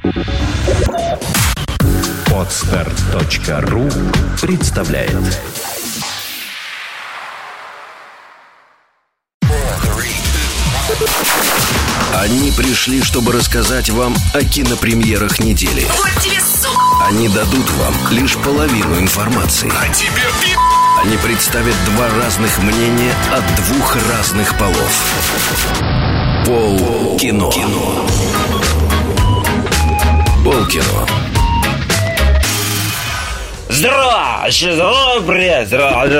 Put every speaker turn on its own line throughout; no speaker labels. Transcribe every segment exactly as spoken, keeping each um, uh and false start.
Подстер точка ру представляет. Они пришли, чтобы рассказать вам о кинопремьерах недели.
Вот тебе, сука!
Они дадут вам лишь половину информации.
А тебе пи***!
Они представят два разных мнения от двух разных полов. Полкино. Полкино.
Здравствуйте, доброе, здравствуйте.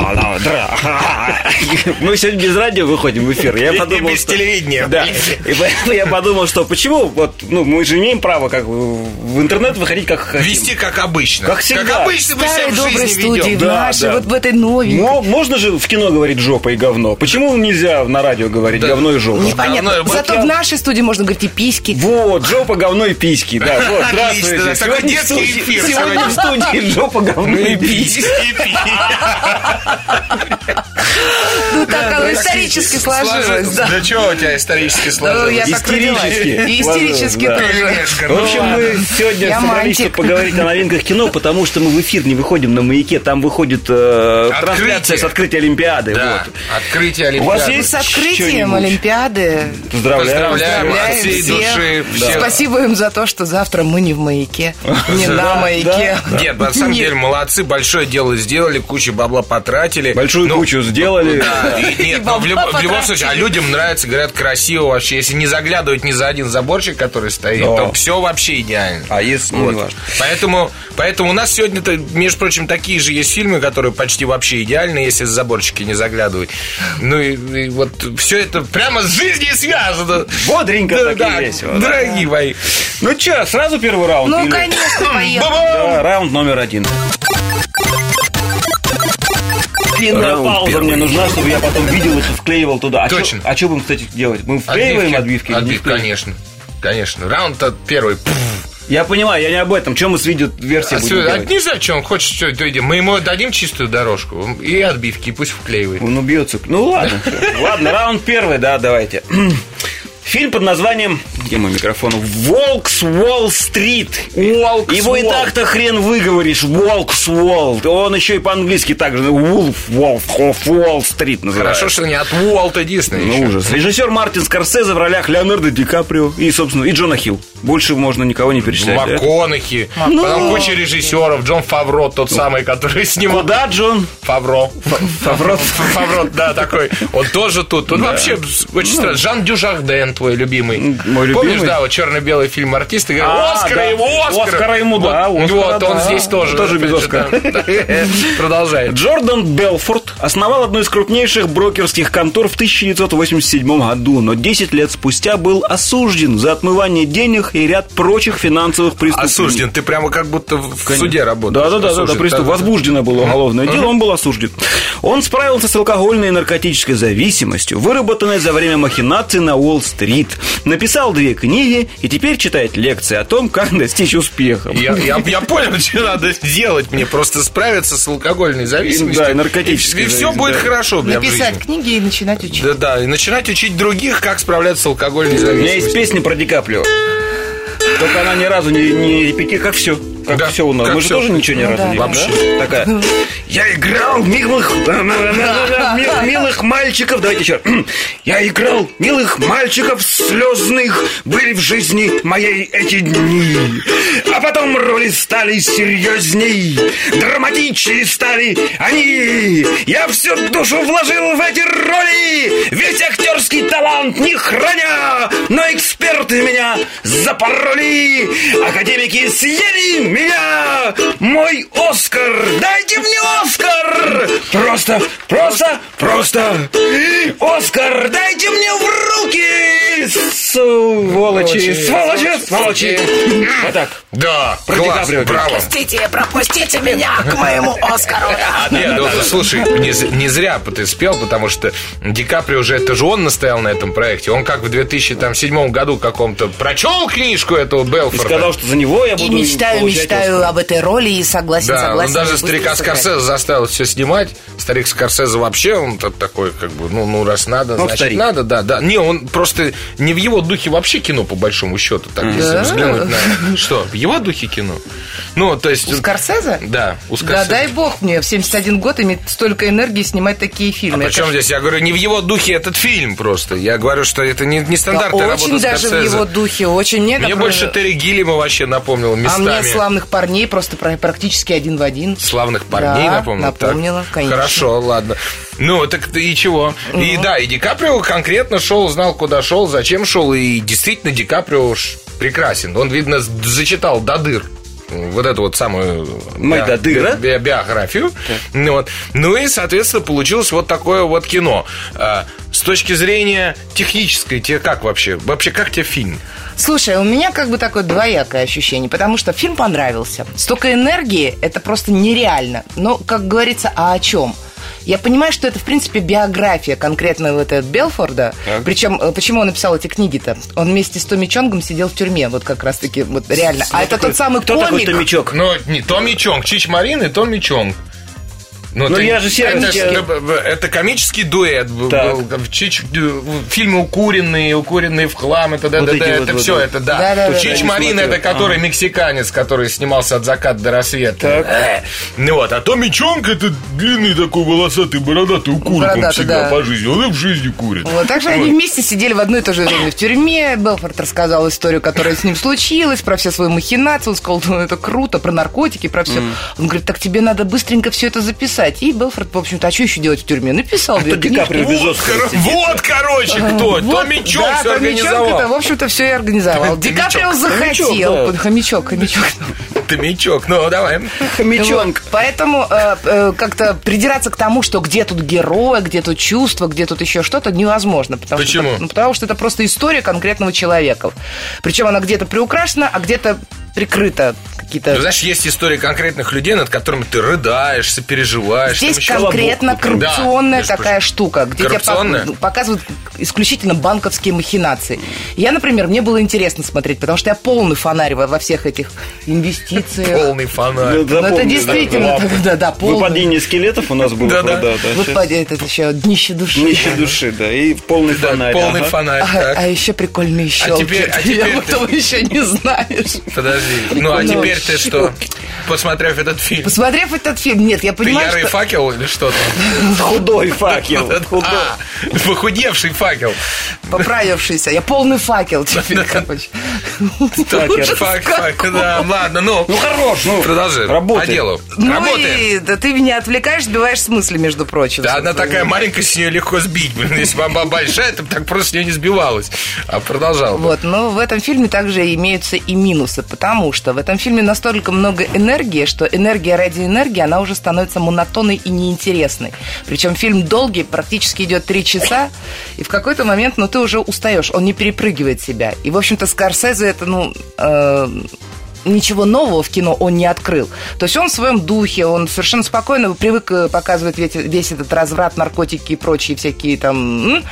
Мы сегодня без радио выходим в эфир. Я подумал,
без
что...
телевидения.
Да. И поэтому я подумал, что почему вот, ну, мы же имеем право как в интернет выходить как хотим.
Вести как обычно.
Как всегда.
Как обычно мы себя в
доброй
жизни
студии,
ведем.
в
Да,
нашей,
да.
вот в этой новенькой.
Но можно же в кино говорить жопа и говно. Почему нельзя на радио говорить
Да.
говно и жопа?
Непонятно.
Говно, вот
Зато
я-
в нашей студии можно говорить и письки.
Вот, жопа, говно и письки. Да, вот, здравствуйте.
Отлично, такой
Сегодня в
детский
студии-
эфир
Сегодня в студии жопа, говно и письки.
Ну, так оно исторически сложилось, да.
Да что у тебя исторически
Ну,
сложилось?
я так родилась.
Истерически.
И истерически
Да.
тоже.
Конечно,
В общем,
ну
мы
ладно.
сегодня
Я
собрались,
мантик.
чтобы поговорить о новинках кино, потому что мы в эфир не выходим на «Маяке». Там выходит э, трансляция с открытия Олимпиады.
Да,
Вот.
открытие
У вас
Олимпиады.
есть
С открытием
что-нибудь?
Олимпиады.
Поздравляю.
Поздравляем
Поздравляем
от всей
всех.
души. всех.
Спасибо им за то, что завтра мы не в «Маяке», не на «Маяке».
Нет, на самом
Нет.
деле молодцы, большое дело сделали, кучу бабла потратили.
Большую
Ну,
кучу сделали.
Да, и нет,
И
но в, люб-
бабла
в любом
потратили.
случае, а людям нравится, говорят, красиво вообще. Если не заглядывать ни за один заборчик, который стоит,
Да.
то все вообще идеально.
А если, ну,
Вот.
неважно.
Поэтому, поэтому у нас сегодня, между прочим, такие же есть фильмы, которые почти вообще идеальны, если за заборчики не заглядывать. Ну и, и вот все это прямо с жизнью связано.
Бодренько
Да,
так и
да,
весело. да.
дорогие мои.
Ну что, сразу первый раунд?
Ну,
или-
конечно, поехали.
Да, раунд номер один. Длинная
Раунд
пауза
первый.
мне нужна, чтобы я потом видел и вклеивал туда. А
Точно.
Чё, а что будем, кстати, делать? Мы вклеиваем отбивки? или не
Отбивки,
вклеиваем?
конечно. Конечно. Раунд первый.
Я понимаю, я не об этом. Чем мы с видеоверсией
А,
будем
а
делать?
не знаю, что он хочет, что это идем. Мы ему дадим чистую дорожку и отбивки, пусть вклеивает.
Он убьется. Ну ладно. всё. Ладно, раунд первый, да, давайте. Фильм под названием... Где мой микрофон? «Волк с Уолл-стрит». Его и так-то хрен выговоришь. «Волк с Уолл». Он еще и по-английски так же. «Wolf, Wolf of Уолл-стрит» называется.
Хорошо, что не от Уолта Диснея.
Ну,
еще.
ужас. Режиссер Мартин Скорсезе в ролях Леонардо Ди Каприо и, собственно, и Джона Хилл. Больше можно никого не перечислять. да?
МакКонахи,
Ну.
потом куча режиссеров, Джон Фавро, тот самый, который снимал.
Куда, Джон?
Фавро.
Фавро.
Фавро, да, такой. Он тоже тут. Тут вообще очень странно. Жан Дюжарден, твой любимый.
Мой любимый?
Помнишь, да, вот черно-белый фильм «Артисты», говорят,
А,
Оскара
да.
ему, Оскара.
Оскара ему, да,
Вот,
Оскара,
вот, он
да.
здесь тоже.
Тоже без
опять же,
Оскара.
да. Продолжает.
Джордан Белфорд основал одну из крупнейших брокерских контор в тысяча девятьсот восемьдесят седьмом году, но десять лет спустя был осужден за отмывание денег и ряд прочих финансовых преступлений.
Осужден, ты прямо как будто в суде работаешь.
Да, да, да, да, да,
Осужден.
приступ.
Да, да.
Возбуждено было уголовное дело, он был осужден. Он справился с алкогольной и наркотической зависимостью, выработанной за время махинаций на Уолл-стрит. Написал две книги и теперь читает лекции о том, как достичь успеха.
Я, я, я понял, что надо сделать мне. Просто справиться с алкогольной зависимостью.
Да, и наркотической
И, все
зависимостью,
будет
да.
хорошо, бля, в
Написать
жизни.
книги и начинать учить.
Да, да, и начинать учить других, как справляться с алкогольной
У меня есть
зависимостью.
песня про Ди Каприо. Только она ни разу не, не репетирует, как все. Как
Да,
все у нас.
как
Мы же
всё.
тоже ничего ни
Ну
разу
да,
не
да.
вообще. Такая. Я играл милых, ми- милых мальчиков. Давайте еще. Я играл милых мальчиков слезных. Были в жизни моей эти дни. А потом роли стали серьезней. Драматичнее стали они. Я всю душу вложил в эти роли. Весь актерский талант не храня. Но эксперты меня запороли. Академики съели меня. Мой Оскар, дайте мне Оскар. Просто, просто, просто. Оскар, дайте мне в руки. Сволочи, сволочи, сволочи. Вот так.
Да, Да,
Про
класс,
Ди Каприо.
браво.
Простите, пропустите меня к моему Оскару.
Нет, ну, слушай, не, з- не зря ты спел, потому что Ди Каприо уже, это же он настоял на этом проекте. Он как в две тысячи седьмом году каком-то прочел книжку этого
И
Белфорда.
сказал, что за него я
И
буду
мечтаю,
получать
мечтаю
Оскар.
об этой роли и согласен,
Да,
согласен.
он даже
быстро
старика
сыграть.
Скорсезе заставил все снимать. Старик Скорсезе вообще, он т- такой, как бы, ну, ну раз надо,
Ну,
значит
старик.
надо, да, да. Не, он просто не в его духе вообще кино, по большому счету, так, если
Да?
взглянуть на... Что, в его духе кино? Ну, то есть...
У Скорсезе?
Да, у
Да
Скорсезе.
дай бог мне в семьдесят один год иметь столько энергии снимать такие
А
фильмы.
причем
Это ж-
здесь? Я говорю, не в его духе этот фильм просто. Я говорю, что это не, не
Да,
стандартная работа
очень даже в
Скорсезе.
его духе, очень нет.
Мне больше Терри Гиллиама вообще напомнил
А
местами.
мне «Славных парней» просто про- практически один в один.
Славных парней
Да,
напомнил.
напомнила,
Так,
конечно.
Хорошо, ладно. Ну, так и чего? И да, и Ди Каприо конкретно шел, знал, куда шел, зачем шел. И действительно, Ди Каприо уж прекрасен. Он, видно, зачитал до дыр вот эту вот самую
Май до дыр,
би- би- биографию. Ну, вот. Ну и, соответственно, получилось вот такое вот кино. А, с точки зрения технической, тебе как вообще? Вообще, как тебе фильм?
Слушай, у меня как бы такое двоякое ощущение, потому что фильм понравился. Столько энергии, это просто нереально. Но, как говорится, а о чем? Я понимаю, что это, в принципе, биография конкретно вот этого Белфорда.
Так.
Причем, э, почему он написал эти книги-то? Он вместе с Томми Чонгом сидел в тюрьме, вот как раз-таки, вот реально. А это тот самый
Кто такой
комик.
Томичок?
Ну, не Томми Чонг, Чич Марин и Томми Чонг.
Ну,
ты-
я же серый,
это,
я-
это, это комический дуэт. был,
Так.
был, Чич, фильмы укуренные, укуренные в хлам. Это, да,
Вот
да,
эти
да,
вот,
это
вот,
все,
вот.
это да.
Да, да, да,
Чич
да,
Марин,
не
это
смотрел.
который мексиканец, который снимался от заката до рассвета.
Так.
Э, Ну вот, а Томми Чонг это длинный такой волосатый, бородатый укурик. Он
Бородатый,
всегда
да.
по жизни. Он и в жизни курит.
Вот, так же они вместе сидели в одно и то же время в тюрьме. Белфорд рассказал историю, которая с ним случилась, про все свои махинации. Он сказал, ну, это круто, про наркотики, про все. Он говорит, так тебе надо быстренько все это записать. И Белфорд, в общем-то, а что еще делать в тюрьме? Написал две
Кто Ди
книжки.
Каприо без Оскара
Кор-
сидит?
Вот, короче, кто?
Вот,
Томми Чонг
да,
все
Томми Чонг
организовал.
это, в общем-то, все и организовал. Ди
Хомячок.
Каприо захотел.
Хомячок, да.
Хомячок, хомячок.
Томичок, ну давай.
Хомячонг.
Вот. Поэтому э, э, как-то придираться к тому, что где тут герой, где тут чувство, где тут еще что-то, невозможно. Потому
Почему?
Что, это- ну, потому что это просто история конкретного человека. Причем она где-то приукрашена, а где-то прикрыта. Какие-то...
Ну, знаешь, есть истории конкретных людей, над которыми ты рыдаешь, сопереживаешь.
Здесь
там еще-
конкретно
Да,
коррупционная
между
такая
прочим.
штука, где тебе
Коррупционная?
пок- показывают исключительно банковские махинации. Я, например, мне было интересно смотреть, потому что я полный фонарь во, во всех этих инвестициях.
Полный фонарь.
Ну,
Ну, это
запомни,
действительно,
да.
да, да, полный.
Выпадение скелетов у нас было.
Да-да.
да, да,
Вот
щас.
поди- это еще днище души.
Днище души, да, и полный
Да,
фонарь.
полный
ага.
фонарь.
А,
так.
а еще прикольные щелки.
теперь- а
Ты
теперь
об
ты-
этом еще не знаешь.
Подожди. Ну, а
Ну,
теперь ты что? Посмотрев этот фильм,
Посмотрев этот фильм, нет, я
ты
понимаю,
ярый
что...
факел или что там?
Худой факел. Худой.
А, похудевший факел.
Поправившийся. Я полный факел теперь, короче.
Факер.
Фак, фак, да, ладно, ну.
Ну, хорош, ну.
Продолжи.
Работай.
По делу.
Ну
Работаем.
и да, ты меня отвлекаешь, сбиваешь с мысли, между прочим.
Да, она такая маленькая, с нее легко сбить. Блин, если бы она большая, ты бы так просто с нее не сбивалась. А продолжал бы.
Вот, но в этом фильме также имеются и минусы, потому что в этом фильме настолько много энергии, что энергия ради энергии, она уже становится монотонной и неинтересной. Причем фильм долгий, практически идет три часа, и в какой-то момент, ну, ты уже устаешь, он не перепрыгивает себя. И, в общем-то, Скорсезе это, ну... э, ничего нового в кино он не открыл. То есть он в своем духе, он совершенно спокойно привык э, показывать весь, весь этот разврат, наркотики и прочие всякие там... м?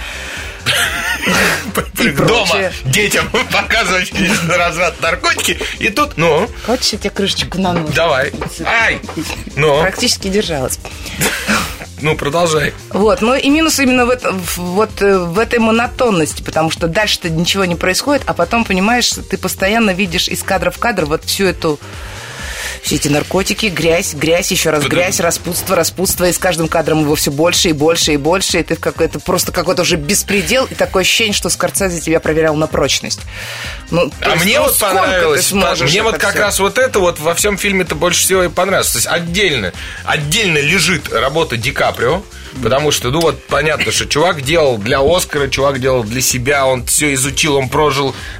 И
Дома
прочее.
детям показывать разврат наркотики. И тут, ну,
Хочешь, я тебе крышечку на нос?
давай. Ай! Ну,
Практически держалась.
ну, продолжай.
Вот, но и минус именно в, этом, в- вот, э, в этой монотонности, потому что дальше-то ничего не происходит, а потом, понимаешь, ты постоянно видишь из кадра в кадр вот всю эту... Все эти наркотики, грязь, грязь, еще раз грязь, распутство, распутство, и с каждым кадром его все больше и больше и больше, и ты в какой-то просто какой-то уже беспредел, и такое ощущение, что Скорсезе тебя проверял на прочность. Ну, то
А
есть,
мне
ну,
вот
сколько
понравилось,
ты сможешь
мне
это
вот как
всё?
раз вот это вот во всем фильме-то больше всего и понравилось. То есть отдельно, отдельно лежит работа Ди Каприо, потому что, ну вот понятно, что чувак делал для Оскара, чувак делал для себя, он все изучил, он прожил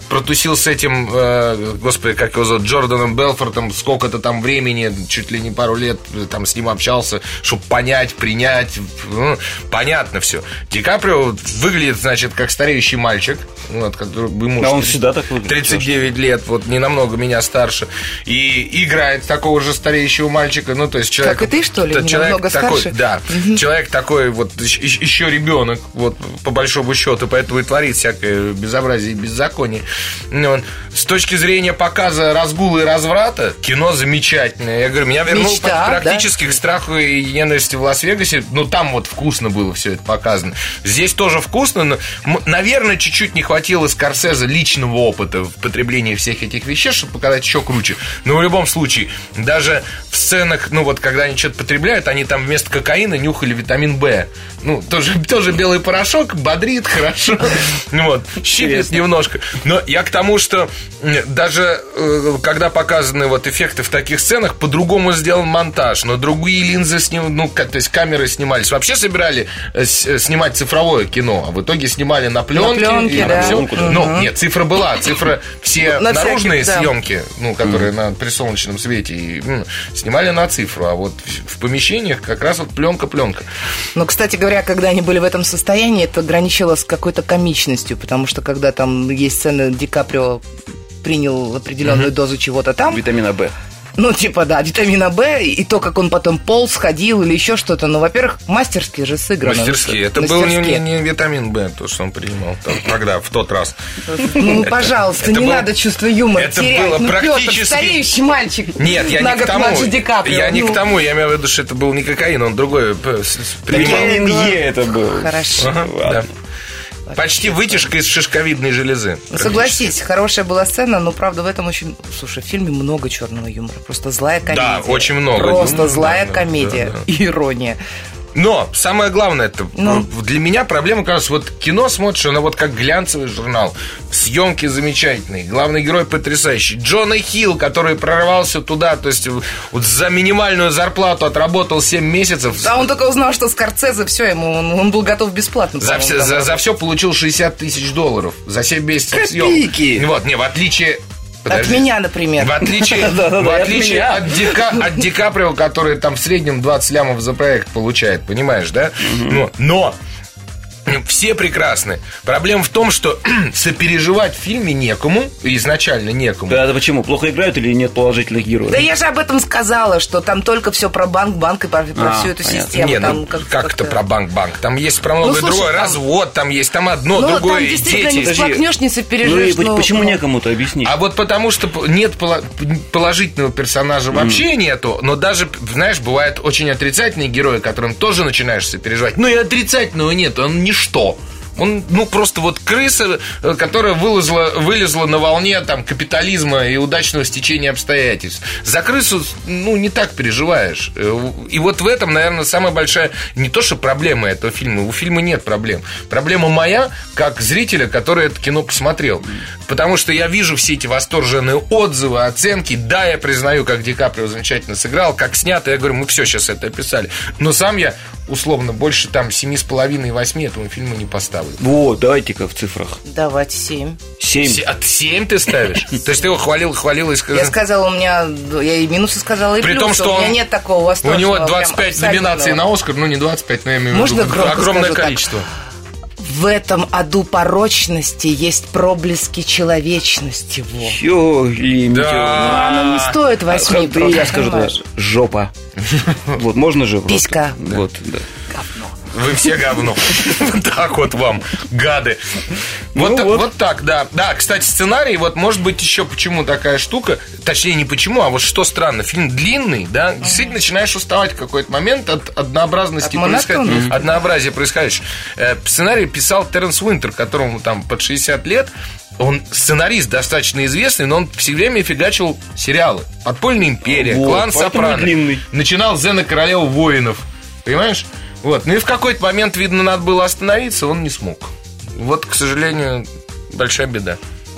протусил с этим, э, господи, как его зовут, Джорданом Белфортом, сколько-то там времени, чуть ли не пару лет там с ним общался, чтобы понять, принять. Ну, понятно все. Ди Каприо выглядит, значит, как стареющий мальчик. Вот, который ему
а он всегда так выглядит.
тридцать девять лет, вот не намного меня старше. И играет такого же стареющего мальчика. Ну, то есть человек.
Как и ты, что ли? Не
Человек
намного
такой,
старше?
да. Угу. Человек такой вот еще ребенок, вот по большому счету, поэтому и творит всякое безобразие и беззаконие. Ну, с точки зрения показа разгула и разврата, кино замечательное. Я говорю, меня вернуло
Мечта,
практически
да?
к страху и ненависти в Лас-Вегасе. Ну, там вот вкусно было все это показано. Здесь тоже вкусно, но, наверное, чуть-чуть не хватило Скорсезе личного опыта в потреблении всех этих вещей, чтобы показать еще круче. Но в любом случае, даже в сценах, ну вот, когда они что-то потребляют, они там вместо кокаина нюхали витамин Б. Ну, тоже, тоже белый порошок, бодрит, хорошо. Вот, щиплет немножко. Но я к тому, что даже когда показаны вот эффекты в таких сценах, по-другому сделан монтаж, но другие линзы снимали, ну, то есть камеры снимались. Вообще собирали снимать цифровое кино, а в итоге снимали на пленке.
На пленке, да.
Все.
Угу.
Ну, нет, цифра была, цифра все
на
наружные
всяких, да.
съемки, ну, которые угу. на при солнечном свете, и, ну, снимали на цифру, а вот в, в помещениях как раз вот пленка-пленка.
Но, кстати говоря, когда они были в этом состоянии, это граничило с какой-то комичностью, потому что когда там есть сцена, Ди Каприо принял определенную угу. дозу чего-то там.
Витамина Б.
Ну, типа, да, витамина Б, и то, как он потом полз, ходил или еще что-то. Ну, во-первых, мастерски же сыграно.
Мастерски. Это был не, не, не витамин Б, то, что он принимал там, тогда, в тот раз.
Ну, пожалуйста, не надо чувство юмора терять. Ну, Пётр, стареющий мальчик.
Нет, я не к тому. Я не к тому, я имею в виду, что это был не кокаин, он другой принимал.
Витамин Е это был.
Хорошо.
Почти вытяжка из шишковидной железы.
Согласись, хорошая была сцена, но, правда, в этом очень... Слушай, в фильме много черного юмора. Просто злая комедия.
Да, очень много.
Просто
юмора,
злая
да,
комедия.
Да, да.
И ирония.
Но самое главное, это
ну.
для меня проблема, кажется, вот кино смотришь, оно вот как глянцевый журнал. Съемки замечательные, главный герой потрясающий. Джона Хилл, который прорвался туда, то есть вот за минимальную зарплату отработал семь месяцев.
Да, он только узнал, что Скорсезе, все, ему он, он был готов бесплатно.
За все, за, за все получил шестьдесят тысяч долларов за семь месяцев съемки. Вот, не, в отличие...
Подожди. От меня, например.
В отличие, в отличие от, Ди, от Ди Каприо, который там в среднем двадцать лямов за проект получает, понимаешь, да? Mm-hmm. Но, но все прекрасны. Проблема в том, что сопереживать в фильме некому, изначально некому.
Да, да почему? Плохо играют или нет положительных героев?
Да я же об этом сказала, что там только все про банк, банк и про, про а, всю эту понятно. Систему.
Не,
там
ну,
как,
как это про банк, банк? Там есть про многое
ну, слушай,
другое.
там...
Развод, там есть там одно,
ну,
другое,
там действительно
дети.
не сплакнешь, не сопереживешь.
Ну и
но...
почему некому-то объяснить?
А вот потому что нет положительного персонажа вообще mm. нету, но даже, знаешь, бывают очень отрицательные герои, которым тоже начинаешь сопереживать. Но и отрицательного нет, он ничто. Он, ну, просто вот крыса, которая вылезла, вылезла на волне там капитализма и удачного стечения обстоятельств. За крысу, ну, не так переживаешь. И вот в этом, наверное, самая большая, не то что проблема этого фильма, у фильма нет проблем. Проблема моя, как зрителя, который это кино посмотрел. Потому что я вижу все эти восторженные отзывы, оценки. Да, я признаю, как Ди Каприо замечательно сыграл, как снято. Я говорю, мы все сейчас это описали. Но сам я, условно, больше там семи с половиной, восьми этому фильму не поставлю.
Вот, давайте-ка в цифрах.
Давайте семь.
Семь.
От семь ты ставишь? То есть ты его хвалил, хвалил и сказал.
Я сказала, у меня, я и минусы сказала, и
при
плюсы.
том, что
у меня нет такого восторга.
У него двадцать пять номинаций на Оскар, ну не двадцать пять, но я имею в виду огромное количество.
В этом аду порочности есть проблески человечности.
Чё,
да.
Оно не стоит восьми.
А, я скажу, да, жопа. Вот, можно же?
Писька.
Вот, да.
Говно.
Вы все говно. Так вот вам, гады. Вот, ну, вот. вот так, да. Да, кстати, сценарий, вот может быть еще почему такая штука. Точнее, не почему, а вот что странно. Фильм длинный, да, действительно начинаешь уставать в какой-то момент от однообразности происходящего. Однообразия происходящего. Сценарий писал Терренс Уинтер, которому там под шестьдесят лет. Он сценарист достаточно известный, но он все время фигачил сериалы. «Подпольная империя», вот, «Клан Сопрано». Начинал «Зена королева воинов». Понимаешь? Вот. Ну и в какой-то момент, видно, надо было остановиться, он не смог. Вот, к сожалению, большая беда.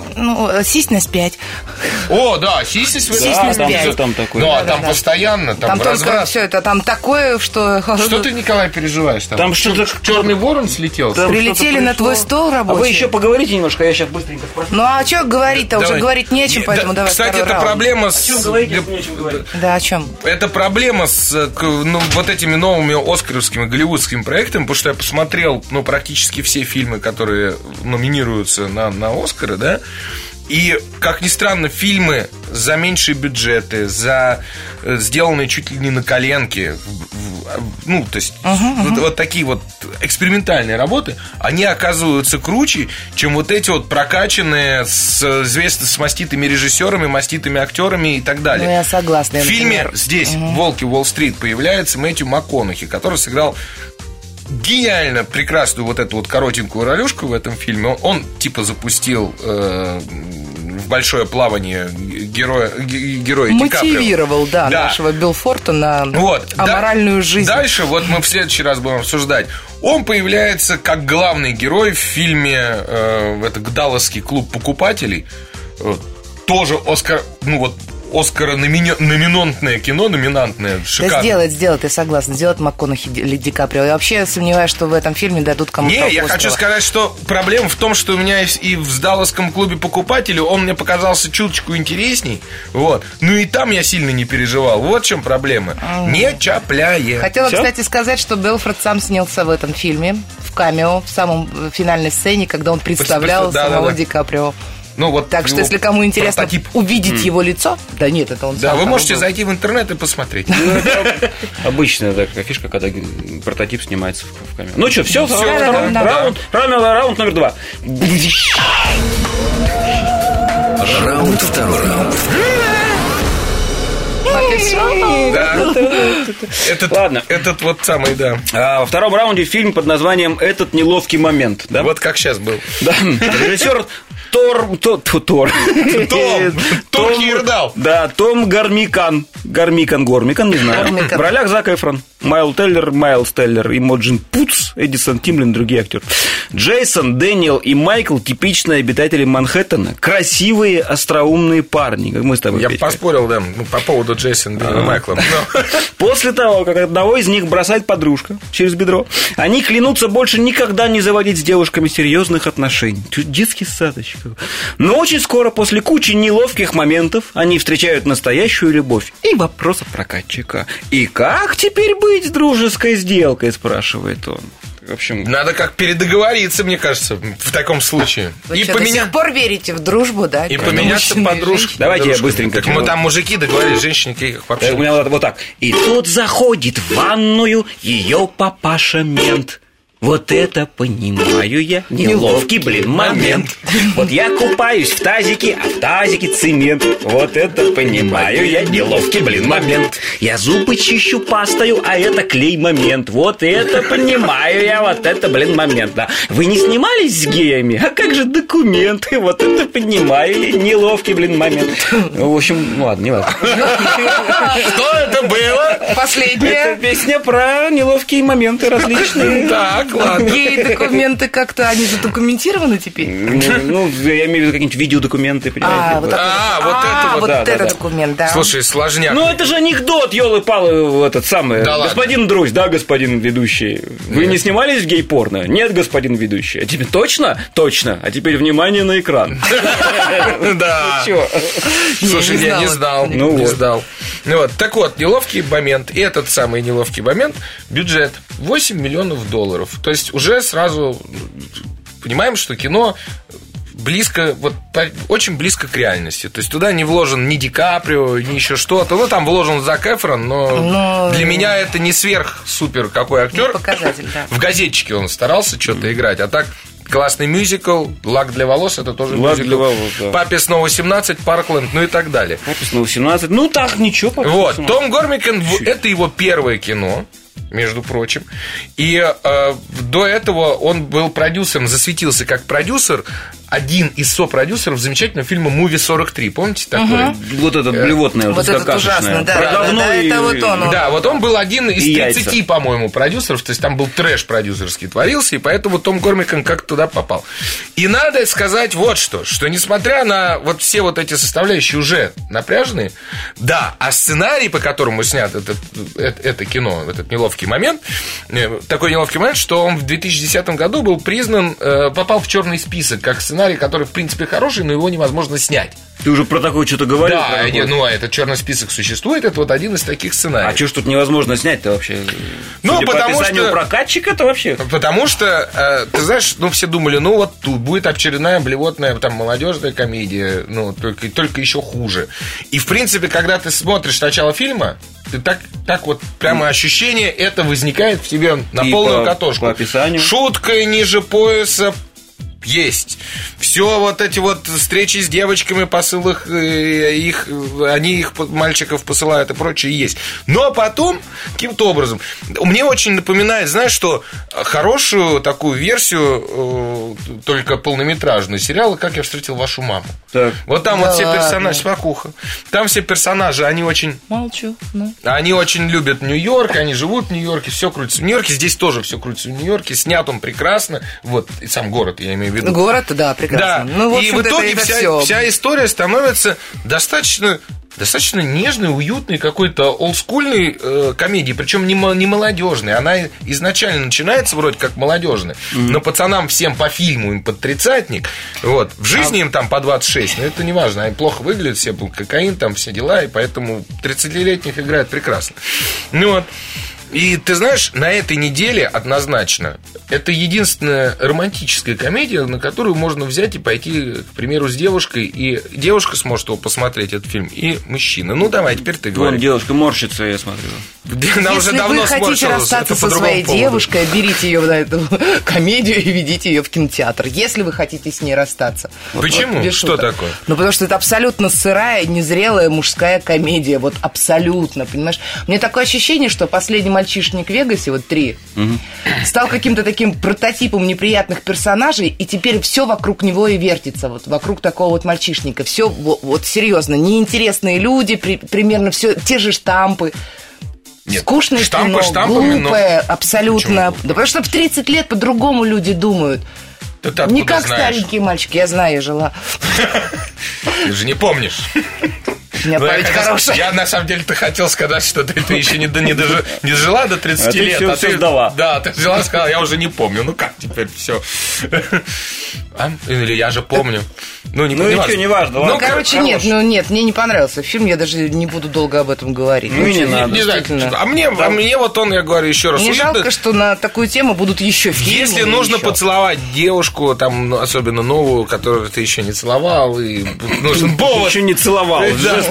Ну, «Сисьнес пять».
О, да, «Сисьнес пять».
«Сисьнес
там
пять».
всё там такое.
Ну, а
Да,
там
да, да.
постоянно, там,
Там только
разврат.
все это, там такое, что...
Что ты, Николай, переживаешь там?
Там что-то...
Черный ворон слетел?
Там
Прилетели
что-то
на твой
пришло.
стол
А
рабочий.
вы еще поговорите немножко, я сейчас быстренько спрошу.
Ну, а что говорить-то? Уже
Давай.
говорить не о чем,
Не,
поэтому
да,
давай
Кстати,
второй
это
раунд.
проблема с...
Говорите, не о чем говорить.
Да, о чем?
Это проблема с э, к- ну, вот этими новыми оскаровскими голливудскими проектами, потому что я посмотрел ну, практически все фильмы, которые номинируются на, на Оскары, да, и, как ни странно, фильмы за меньшие бюджеты, за э, сделанные чуть ли не на коленке, в- в- ну, то есть
Ага,
вот,
ага.
вот такие вот экспериментальные работы, они оказываются круче, чем вот эти вот прокачанные с, известно, с маститыми режиссерами, маститыми актерами и так далее.
Ну, я согласна.
В фильме
например.
здесь, в «Волке Уолл-стрит», появляется Мэтью МакКонахи, который сыграл гениально прекрасную вот эту вот коротенькую ролюшку в этом фильме. Он, он типа запустил э, в большое плавание героя, ге- героя Ди Каприо.
Мотивировал, да,
Да.
нашего Белфорта на
Вот.
аморальную
Да-
жизнь.
Дальше, вот мы в следующий раз будем обсуждать. Он появляется как главный герой в фильме э, это «Далласский клуб покупателей». Э, Тоже Оскар, ну вот Оскара номини- номинантное кино, номинантное,
Да
шикарно.
сделать, сделать, я согласна. Сделать МакКонахи или Ди Каприо. Я вообще сомневаюсь, что в этом фильме дадут кому-то
Не, я
Оскара.
хочу сказать, что проблема в том, что у меня и в Далласском клубе покупателей он мне показался чуточку интересней. Вот. Ну и там я сильно не переживал. Вот в чем проблема. Не чапляе.
Хотела,
Всё?
кстати, сказать, что Белфорд сам снялся в этом фильме, в камео, в самом э, финальной сцене, когда он представлял
Да, да,
самого
да.
Ди Каприо.
Ну, вот
Так что,
его
если кому интересно
прототип.
увидеть его лицо, да нет, это он
Да,
сам
вы
там
можете
был.
зайти в интернет и посмотреть.
Обычная такая фишка, когда прототип снимается в в камеру. Ну что, все,
Всё,
все,
да, да, да.
раунд, раунд, раунд номер два.
Раунд второй.
Да. Этот,
Ладно.
этот вот самый, да.
А, во втором раунде фильм под названием «Этот неловкий момент». Да?
Вот как сейчас был.
Да. Режиссер Тор... То- то- Тор.
Том. Том Хейердал.
Да, Том Гармикан. Гармикан, Гормикан, не знаю.
Гармикан.
В ролях Зак Эфрон, Майл Теллер, Майлз Теллер, Имоджин Путс, Эдисон Тимлин, другие актеры. Джейсон, Дэниел и Майкл – типичные обитатели Манхэттена. Красивые, остроумные парни, как мы с тобой,
Я
Петька.
поспорил, да, ну, по поводу Джейсона и Майкла. Но-
После того, как одного из них бросает подружка через бедро, они клянутся больше никогда не заводить с девушками серьезных отношений. Чуть детский садочек. Но очень скоро, после кучи неловких моментов, они встречают настоящую любовь и вопросы прокатчика. И как теперь быть с дружеской сделкой, спрашивает он. В общем,
Надо как передоговориться, мне кажется, в таком случае.
Вы
И
что, до
поменять.
сих пор верите в дружбу, да?
И
между
поменяться
мужчиной и
подружкой.
женщиной?
Давайте я
Подружкой.
быстренько
Так мы
кину.
там мужики договорились, женщины как вообще.
Э, у меня вот, вот так. И тут заходит в ванную ее папаша мент. Вот это понимаю я. Неловкий, блин, момент. Вот я купаюсь в тазике, а в тазике цемент. Вот это понимаю я. Неловкий, блин, момент. Я зубы чищу пастою, а это клей момент. Вот это понимаю я. Вот это, блин, момент. Да. Вы не снимались с геями? А как же документы? Вот это понимаю я. Неловкий, блин, момент. В общем, ну ладно, не важно.
Что это было?
Это
Последняя.
песня про неловкие моменты различные.
Так, ладно.
Гей-документы как-то, они задокументированы теперь?
Ну, ну, я имею в виду какие-нибудь видеодокументы, понимаете?
А, вот,
Вот.
так
А,
вот.
вот это
А,
вот,
вот
да, да,
этот
да.
документ, да.
Слушай, сложняк.
Ну, это же анекдот, елы-палы, этот самый.
Да ладно.
Господин Друзь, да, господин ведущий. Вы не снимались в гей-порно? Нет, господин ведущий. А тебе точно? Точно. А теперь внимание на экран.
Да.
Чего?
Слушай,
не
я не
знала.
знал.
Ну
Не
вот.
знал. Ну вот, так вот, неловкий момент. И этот самый неловкий момент. Бюджет восемь миллионов долларов. То есть уже сразу понимаем, что кино близко, вот по- очень близко к реальности. То есть туда не вложен ни Ди Каприо, ни еще что-то. Ну, там вложен Зак Эфрон, но,
Но-
для меня это не сверх-супер какой актер.
Показатель, да.
В газетчике он старался что-то играть, а так классный мюзикл, «Лак для волос» — это тоже
«Лак
мюзикл.
для волос», да.
«Папе снова семнадцать», «Паркленд», ну и так далее.
Написано восемнадцать. Ну, так, ничего. пока
Вот,
восемнадцать.
Том Гормикан, в- это его первое кино. между прочим. И э, до этого он был продюсером, засветился как продюсер, один из сопродюсеров замечательного фильма «Муви сорок три». Помните такое?
Угу. Вот это блевотное, вот,
вот
это
этот ужасный, да,
да,
да, да,
и...
это вот он.
Да, вот он был один из тридцати,
яйца.
по-моему, продюсеров, то есть там был трэш продюсерский творился, и поэтому Том Гормиган как-то туда попал. И надо сказать вот что, что несмотря на вот все вот эти составляющие уже напряженные, да, а сценарий, по которому снят этот, это, это кино, этот неловкий момент, такой неловкий момент, что он в две тысячи десятом году был признан, попал в черный список, как сценарий, который, в принципе, хороший, но его невозможно снять.
Ты уже про такое что-то говорил?
Да, не, ну, а этот черный список существует, это вот один из таких сценариев.
А что ж тут невозможно снять-то вообще?
Ну,
Судя
потому
по описанию
что...
прокатчика-то вообще...
Потому что, э, ты знаешь, ну, все думали, ну, вот тут будет очередная блевотная, там, молодежная комедия, ну, только, только еще хуже. И, в принципе, когда ты смотришь начало фильма, ты так, так вот, прямо ощущение это возникает в тебе на
И
полную
по,
катушку.
По описанию.
Шутка ниже пояса есть. Все вот эти вот встречи с девочками, посыл их, их, они их, мальчиков посылают и прочее есть. Но потом, каким-то образом, мне очень напоминает, знаешь, что хорошую такую версию, только полнометражную сериала «Как я встретил вашу маму». Так. Вот там да вот все ладно. персонажи, спокуха. Там все персонажи, они очень...
Молчу, ну.
Они очень любят Нью-Йорк, они живут в Нью-Йорке, все крутится в Нью-Йорке, здесь тоже все крутится в Нью-Йорке, снят он прекрасно, вот, и сам город, я имею в виду.
Город, да, прекрасно.
Да.
Ну, в
и в итоге
это, это
вся, вся история становится достаточно, достаточно нежной, уютной, какой-то олдскульной э, комедией, причем не, не молодежной. Она изначально начинается вроде как молодежная, mm-hmm. но пацанам всем по фильму им под тридцатник, вот, в жизни а... им там по двадцать шесть, но это не важно, они плохо выглядят, все был кокаин, там все дела, и поэтому тридцатилетних играют прекрасно. Ну вот. И ты знаешь, на этой неделе однозначно это единственная романтическая комедия, на которую можно взять и пойти, к примеру, с девушкой, и девушка сможет его посмотреть, этот фильм, и мужчина. Ну, давай, теперь ты говори.
Вон девушка морщится, я смотрю.
Она
Если
уже давно
вы хотите расстаться со своей
поводу.
девушкой, берите ее на эту комедию и ведите ее в кинотеатр. Если вы хотите с ней расстаться.
Почему?
Вот,
что такое?
Ну, потому что это абсолютно сырая, незрелая мужская комедия. Вот абсолютно, понимаешь? Мне такое ощущение, что последний мальчишник в Вегасе, вот три, угу. стал каким-то таким прототипом неприятных персонажей, и теперь все вокруг него и вертится, вот вокруг такого вот мальчишника. Все, вот, вот серьезно, неинтересные люди, при, примерно все те же штампы.
Нет,
скучное
штампы,
кино,
штампами,
глупое,
но...
абсолютно. Да потому что в тридцать лет по-другому люди думают. Не как
знаешь?
Старенький мальчик, я знаю, я жила.
Ты же не помнишь.
У меня память хорошая.
Я на самом деле-то хотел сказать, что ты, ты еще не, не, дожи, не жила до тридцати
а
лет.
Ты все,
а
все
ты
сдала.
Да, ты жила, сказала, я уже не помню. Ну как теперь все? А? Или я же помню. Ну, не,
ну
не
и
важно.
что, не важно.
Ну, короче, хорош. нет, ну нет, мне не понравился фильм, я даже не буду долго об этом говорить.
Ну, не, не надо.
Не знаю, а мне, да. а мне вот он, я говорю еще раз.
Мне жалко, это... что на такую тему будут еще фильмы.
Если нужно
еще.
поцеловать девушку, там, особенно новую, которую ты еще не целовал, и нужен повод.
Еще не целовал.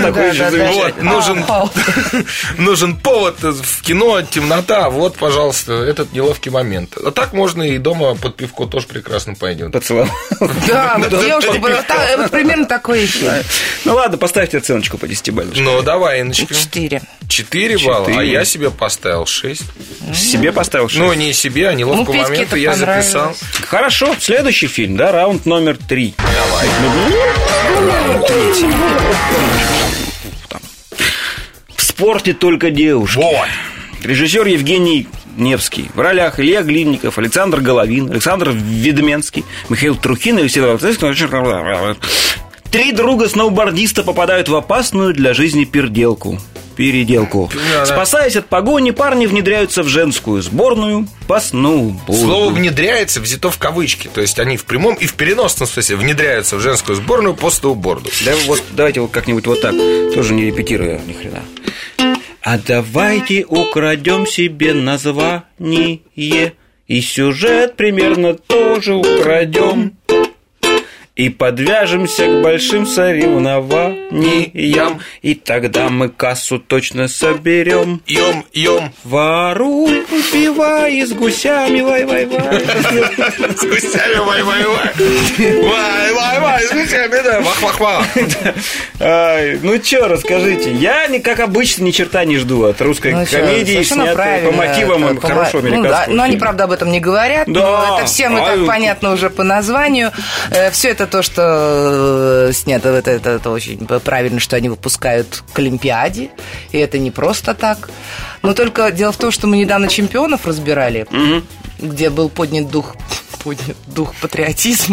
Нужен нужен повод в кино, темнота, вот, пожалуйста, этот неловкий момент. А так можно и дома под пивко тоже прекрасно пойдет.
Поцеловал.
Да, девушка, вот примерно такое фильм.
Ну ладно, поставьте оценочку по десятибалльной.
Ну, давай, Инночка.
Четыре.
Четыре балла, а я себе поставил шесть.
Себе поставил шесть?
Ну, не себе, а неловкого
ну,
момента я записал.
Хорошо, следующий фильм, да, раунд номер три.
Давай.
В спорте только девушки.
Вот.
Режиссер Евгений Невский. В ролях Илья Глинников, Александр Головин, Александр Ведменский, Михаил Трухин, Алексей Володимирович. Три друга-сноубордиста попадают в опасную для жизни переделку. Переделку. Да, Спасаясь да. от погони, парни внедряются в женскую сборную по сноуборду.
Слово «внедряется» взято в кавычки. То есть они в прямом и в переносном смысле внедряются в женскую сборную по сноуборду.
Да, вот, давайте вот как-нибудь вот так, тоже не репетируя ни хрена. А давайте украдем себе название и сюжет примерно тоже украдем и подвяжемся к большим соревнованиям. не ем, и тогда мы кассу точно соберем.
Ем, ем.
Воруй, убивай, с гусями, вай-вай-вай.
С гусями, вай-вай-вай. Вай-вай-вай, с гусями, да, вах-вах-вах.
Ну чё, расскажите. Я, как обычно, ни черта не жду от русской
Ну,
комедии,
совершенно
снятой по
правильно.
мотивам
Это,
хорошего
ну, да,
американского
но они,
фильма.
правда, об этом не говорят.
Да.
Но это всем и
А,
так понятно уже по названию. Все это то, что э, снято, это, это, это очень правильно, что они выпускают к Олимпиаде. И это не просто так. Но только дело в том, что мы недавно «Чемпионов» разбирали,
Мгм.
где был поднят дух... поднят дух патриотизма.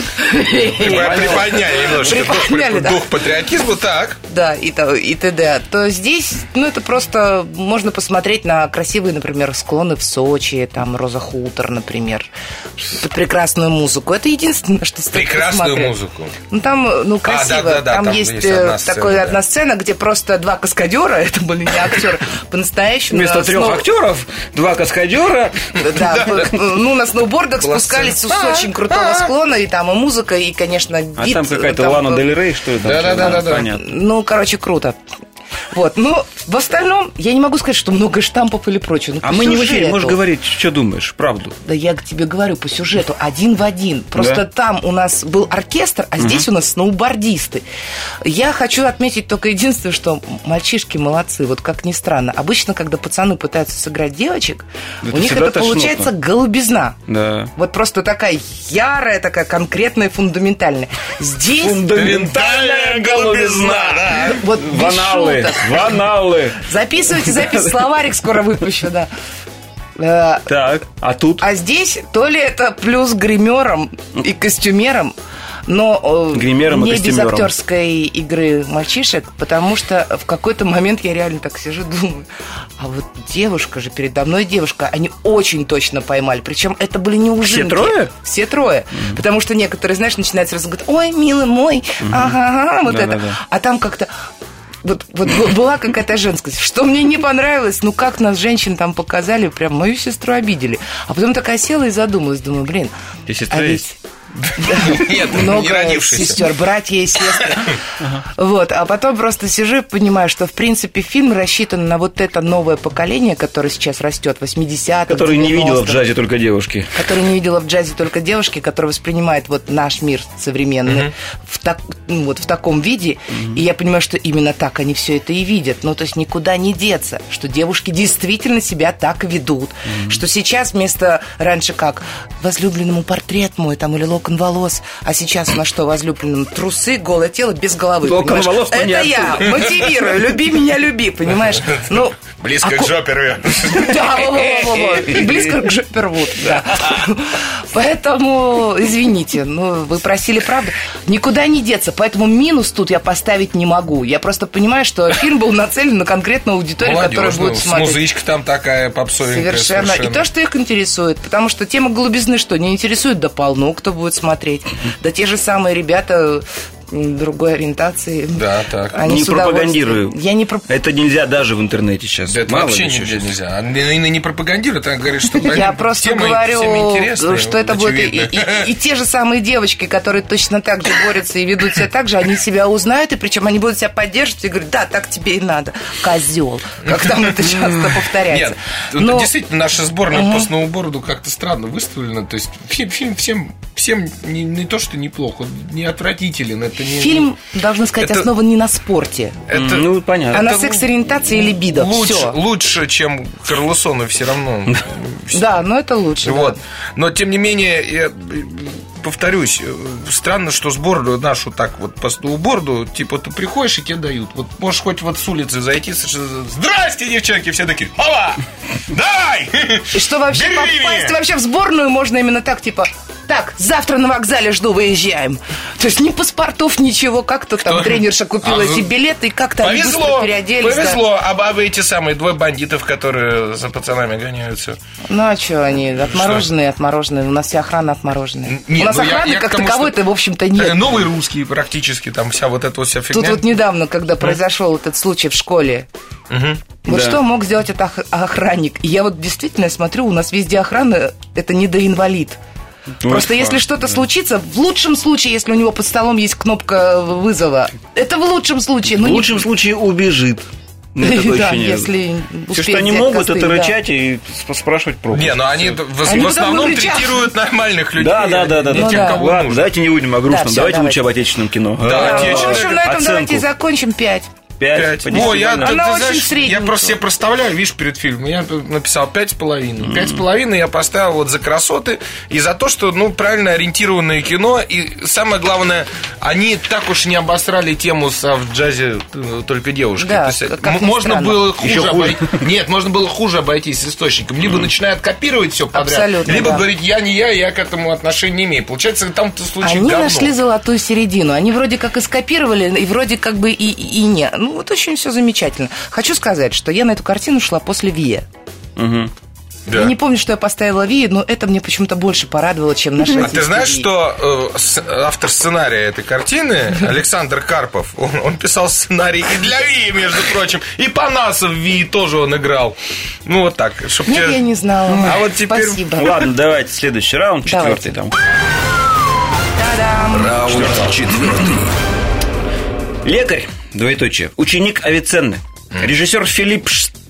Приподняли немножко.
Приподняли, да.
Дух патриотизма, так.
Да, и, то- и т.д. То здесь, ну, это просто можно посмотреть на красивые, например, склоны в Сочи, там, Роза Хутор, например, под прекрасную музыку. Это единственное, что стоит
Прекрасную
посмотреть.
музыку.
Ну, там, ну, красиво.
да-да-да,
там,
там
есть,
есть
э,
одна сцена,
такая
да.
одна сцена, где просто два каскадера, это были не актеры, по-настоящему.
Вместо
на
трех
сно-
актеров, два каскадера.
Да, ну, на сноубордах
Была
спускались с
сцена.
очень крутого склона, и там и музыка, и, конечно,
А
вид.
там какая-то
там
Лана
был-
Дель Рей, что это?
Да-да-да-да-да.
Понятно.
Ну, короче, круто. Вот, но в остальном я не могу сказать, что много штампов или прочего. Ну,
А
по
мы не в эфире,
сюжету.
можешь говорить, что думаешь, правду.
Да я к тебе говорю, по сюжету один в один. Просто
Да?
там у нас был оркестр, а здесь у нас сноубордисты. Я хочу отметить только единственное, что мальчишки молодцы, вот как ни странно. Обычно, когда пацаны пытаются сыграть девочек,
Да
у
это
них
всегда
это
тошнотно.
получается голубизна.
Да.
Вот просто такая ярая, такая конкретная, фундаментальная. Здесь...
Фундаментальная голубизна.
Вот без
Ваналы,
шуток.
ваналы.
Записывайте запись, словарик скоро выпущу, да. Э,
Так, а тут?
А здесь то ли это плюс гримером и костюмером, но э,
Гримером и
не без
костюмером.
актерской игры мальчишек, потому что в какой-то момент я реально так сижу, думаю, а вот девушка же, передо мной девушка, они очень точно поймали, причем это были не ужинки.
трое?
Все трое. Mm-hmm. Потому что некоторые, знаешь, начинают сразу говорить, ой, милый мой, mm-hmm. ага, вот
Да-да-да.
это. А там как-то... Вот, вот б- была какая-то женскость. Что мне не понравилось, ну как нас, женщин, там показали, прям мою сестру обидели. А потом такая села и задумалась, думаю, блин,
И сестра
а
есть?
ведь
Нет, не
много
родившийся.
сестер, братья и сестры. Вот, а потом просто сижу и понимаю, что, в принципе, фильм рассчитан на вот это новое поколение, которое сейчас растет, восьмидесятых,
Который не видела в
девяностых.
джазе только девушки.
Который не видела в джазе только девушки, которые воспринимают вот наш мир современный в, так, ну, вот в таком виде. И я понимаю, что именно так они все это и видят. Ну, то есть никуда не деться, что девушки действительно себя так ведут. Что сейчас вместо раньше как возлюбленному портрет мой там или локон волос, а сейчас на что возлюбленному трусы, голое тело без головы.
Локон
понимаешь?
волос
Это
понятно.
я мотивирую, люби меня, люби, понимаешь? Ну,
Близко
а
к
ко-
жоперу.
да, во-во-во-во. И близко к Джоппервуд, да. Поэтому, извините, ну, вы просили правду. Никуда не деться, поэтому минус тут я поставить не могу. Я просто понимаю, что фильм был нацелен на конкретную аудиторию, которая
Молодежь,
будет
ну,
смотреть.
музычка там такая попсовенькая.
Совершенно. И то, что их интересует. Потому что тема голубизны что, не интересует? Да полно кто будет смотреть. Да те же самые ребята м, другой ориентации.
Да, так.
Они
Не
с удовольствием-
пропагандирую.
Я не проп...
Это нельзя даже в интернете сейчас.
Да это
Мало
вообще
ли
нельзя,
что сейчас.
нельзя. А не, не пропагандирует, а говорит, что
Я
они
просто
темы
говорю,
всем интересны,
что это будет и,
очевидно.
и- и те же самые девочки, которые точно так же борются и ведут себя так же, они себя узнают, и причем они будут себя поддерживать и говорят, да, так тебе и надо, козел, как там это часто повторяется.
Нет,
Но-
действительно, наша сборная по сноуборду как-то странно выставлена. То есть фильм, фильм всем, всем не, не то, что неплохо, не отвратителен. Это не,
Фильм, должна сказать,
это-
основан не на спорте,
это
Ну, понятно.
а на
это
секс-ориентации и либидо.
лучше,
Все.
лучше, чем Карлсоны все равно.
Да, но это лучше. да.
Вот. Но, тем не менее, я повторюсь, странно, что сборную нашу так вот по сноуборду, типа, ты приходишь и тебе дают. Вот можешь хоть вот с улицы зайти, совершенно, здрасте, девчонки, все такие, хова, давай!
И что вообще
Бери
попасть
меня!
вообще в сборную можно именно так, типа, так, завтра на вокзале жду, выезжаем. То есть ни паспортов, ничего, как-то там
Кто?
тренерша купила
А,
эти билеты, и как-то они быстро
Повезло,
переоделись. да.
повезло, а, а вы эти самые двое бандитов, которые за пацанами гоняются.
Ну а что они, отмороженные, отмороженные. У нас вся охрана отмороженная.
Нет,
У нас
ну, я-
охраны
я к
как
тому,
таковой-то,
что-
в общем-то, нет.
Новые русские практически, там вся вот эта вот вся фигня.
Тут вот недавно, когда произошел этот случай в школе,
Мгм.
вот
Да.
что мог сделать этот ох- охранник? И я вот действительно смотрю, у нас везде охрана, это недоинвалид. Просто если что-то случится, в лучшем случае, если у него под столом есть кнопка вызова, это в лучшем случае.
В лучшем случае убежит.
Да, если
все, что они могут, это рычать и спрашивать пробу.
Не, но они в основном третируют нормальных людей.
Да, да, да, да. Ладно, давайте не будем о грустном, давайте лучше об отечественном кино.
Да,
в общем, на этом давайте закончим. Пять.
Пять.
О, я, ты,
Она
ты
очень
знаешь, я просто себе представляю, видишь, перед фильмом, я написал пять с половиной. Пять с половиной я поставил вот за красоты и за то, что, ну, правильно ориентированное кино. И самое главное, они так уж не обосрали тему со, в джазе только девушки.
Да,
то есть,
как
можно
странно.
было хуже,
хуже.
обой... Нет, можно было хуже обойтись с источником. Либо начинают копировать все подряд,
Абсолютно,
либо
да.
говорить, я не я, я к этому отношения не имею. Получается, там в случае
Они
говно.
нашли золотую середину. Они вроде как и скопировали, и вроде как бы и, и не. Ну, вот очень все замечательно. Хочу сказать, что я на эту картину шла после Вия.
Угу.
Да.
Я не помню, что я поставила Ви, но это мне почему-то больше порадовало, чем наши.
А ты знаешь, что э, с, автор сценария этой картины, Александр Карпов, он, он писал сценарий и для Ви, между прочим, и Панаса в Ви тоже он играл. Ну, вот так. Чтоб
Нет,
тебе...
я не знала.
А вот теперь...
Спасибо.
Ладно, давайте следующий раунд, четвертый там.
Та-дам.
Раунд четвертый.
Лекарь, двоеточие, ученик Авиценны, режиссер Филипп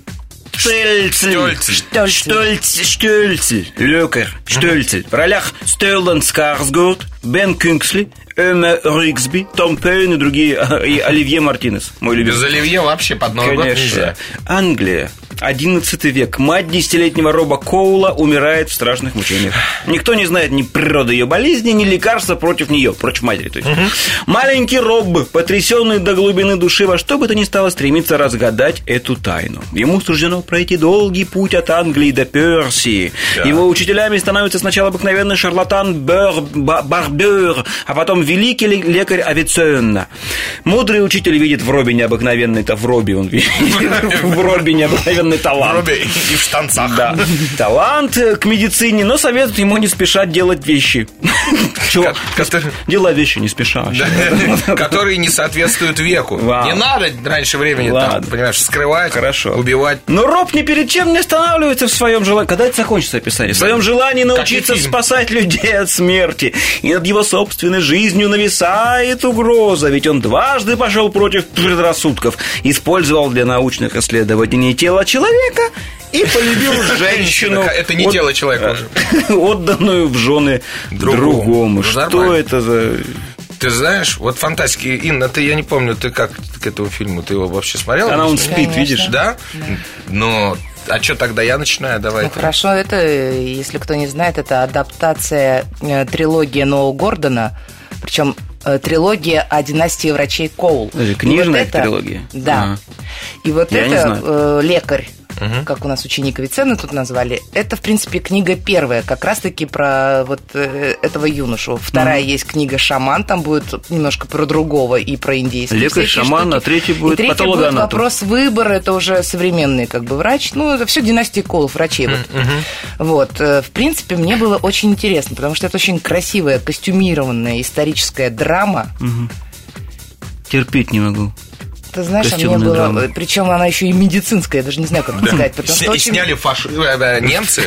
Штольцель,
Штольцель.
Штольц, Штольцель, лекарь, Штольцель, в ролях Стеллан Скарсгард, Бен Кингсли, Эмма Риксби, Том Пейн и другие, и Оливье Мартинес, мой любимый.
Без Оливье вообще под Новый год
Конечно.
нельзя.
Англия. одиннадцатый век. Мать десятилетнего Роба Коула умирает в страшных мучениях. Никто не знает ни природы ее болезни, ни лекарства против нее, против матери. То есть. Угу. Маленький Роб, потрясенный до глубины души, во что бы то ни стало стремиться разгадать эту тайну. Ему суждено пройти долгий путь от Англии до Персии. Да. Его учителями становятся сначала обыкновенный шарлатан Бер, Барбер, а потом великий лекарь Авиценна. Мудрый учитель видит в Робе необыкновенный-то в Робе он видит в Робе необыкновенный талант.
И в штанцах.
Да. Талант к медицине, но советует ему не спешать делать вещи. Чего? Делай вещи не спеша.
Которые не соответствуют веку. Не надо раньше времени там, понимаешь, скрывать, убивать.
Но Роб ни перед чем не останавливается в своем желании. Когда это закончится описание? В своем желании научиться спасать людей от смерти. И над его собственной жизнью нависает угроза. Ведь он дважды пошел против предрассудков. Использовал для научных исследований тело человека и полюбил женщину.
Это не тело человека уже.
Отданную в жены другому. Что это за...
Ты знаешь, вот фантастики. Инна, ты, я не помню, ты как к этому фильму, ты его вообще смотрела?
Она он спит, видишь?
Да? Но... А что тогда я начинаю? Давай.
Ну, хорошо, это, если кто не знает, это адаптация э, трилогии Ноа Гордона, причем э, трилогия о династии врачей Коул.
Подожди, книжная
вот это,
трилогия?
Да.
Ага.
И вот
я
это э, лекарь, угу. как у нас ученик Авиценны тут назвали, это, в принципе, книга первая, как раз-таки про вот э, этого юношу. Вторая угу. есть книга «Шаман», там будет немножко про другого и про индейские
лекарь, шаман,
штуки.
А третий будет патологоанатом.
И третий будет вопрос выбора, это уже современный как бы врач. Ну, это все династия Коулов, врачей. Вот. Угу. вот. В принципе, мне было очень интересно, потому что это очень красивая, костюмированная историческая драма.
Угу. Терпеть не могу.
Ты знаешь, а мне было... Драма. Причем она еще и медицинская, я даже не знаю, как это да. сказать. Потому
Сня...
что очень...
Сняли фаш... немцы.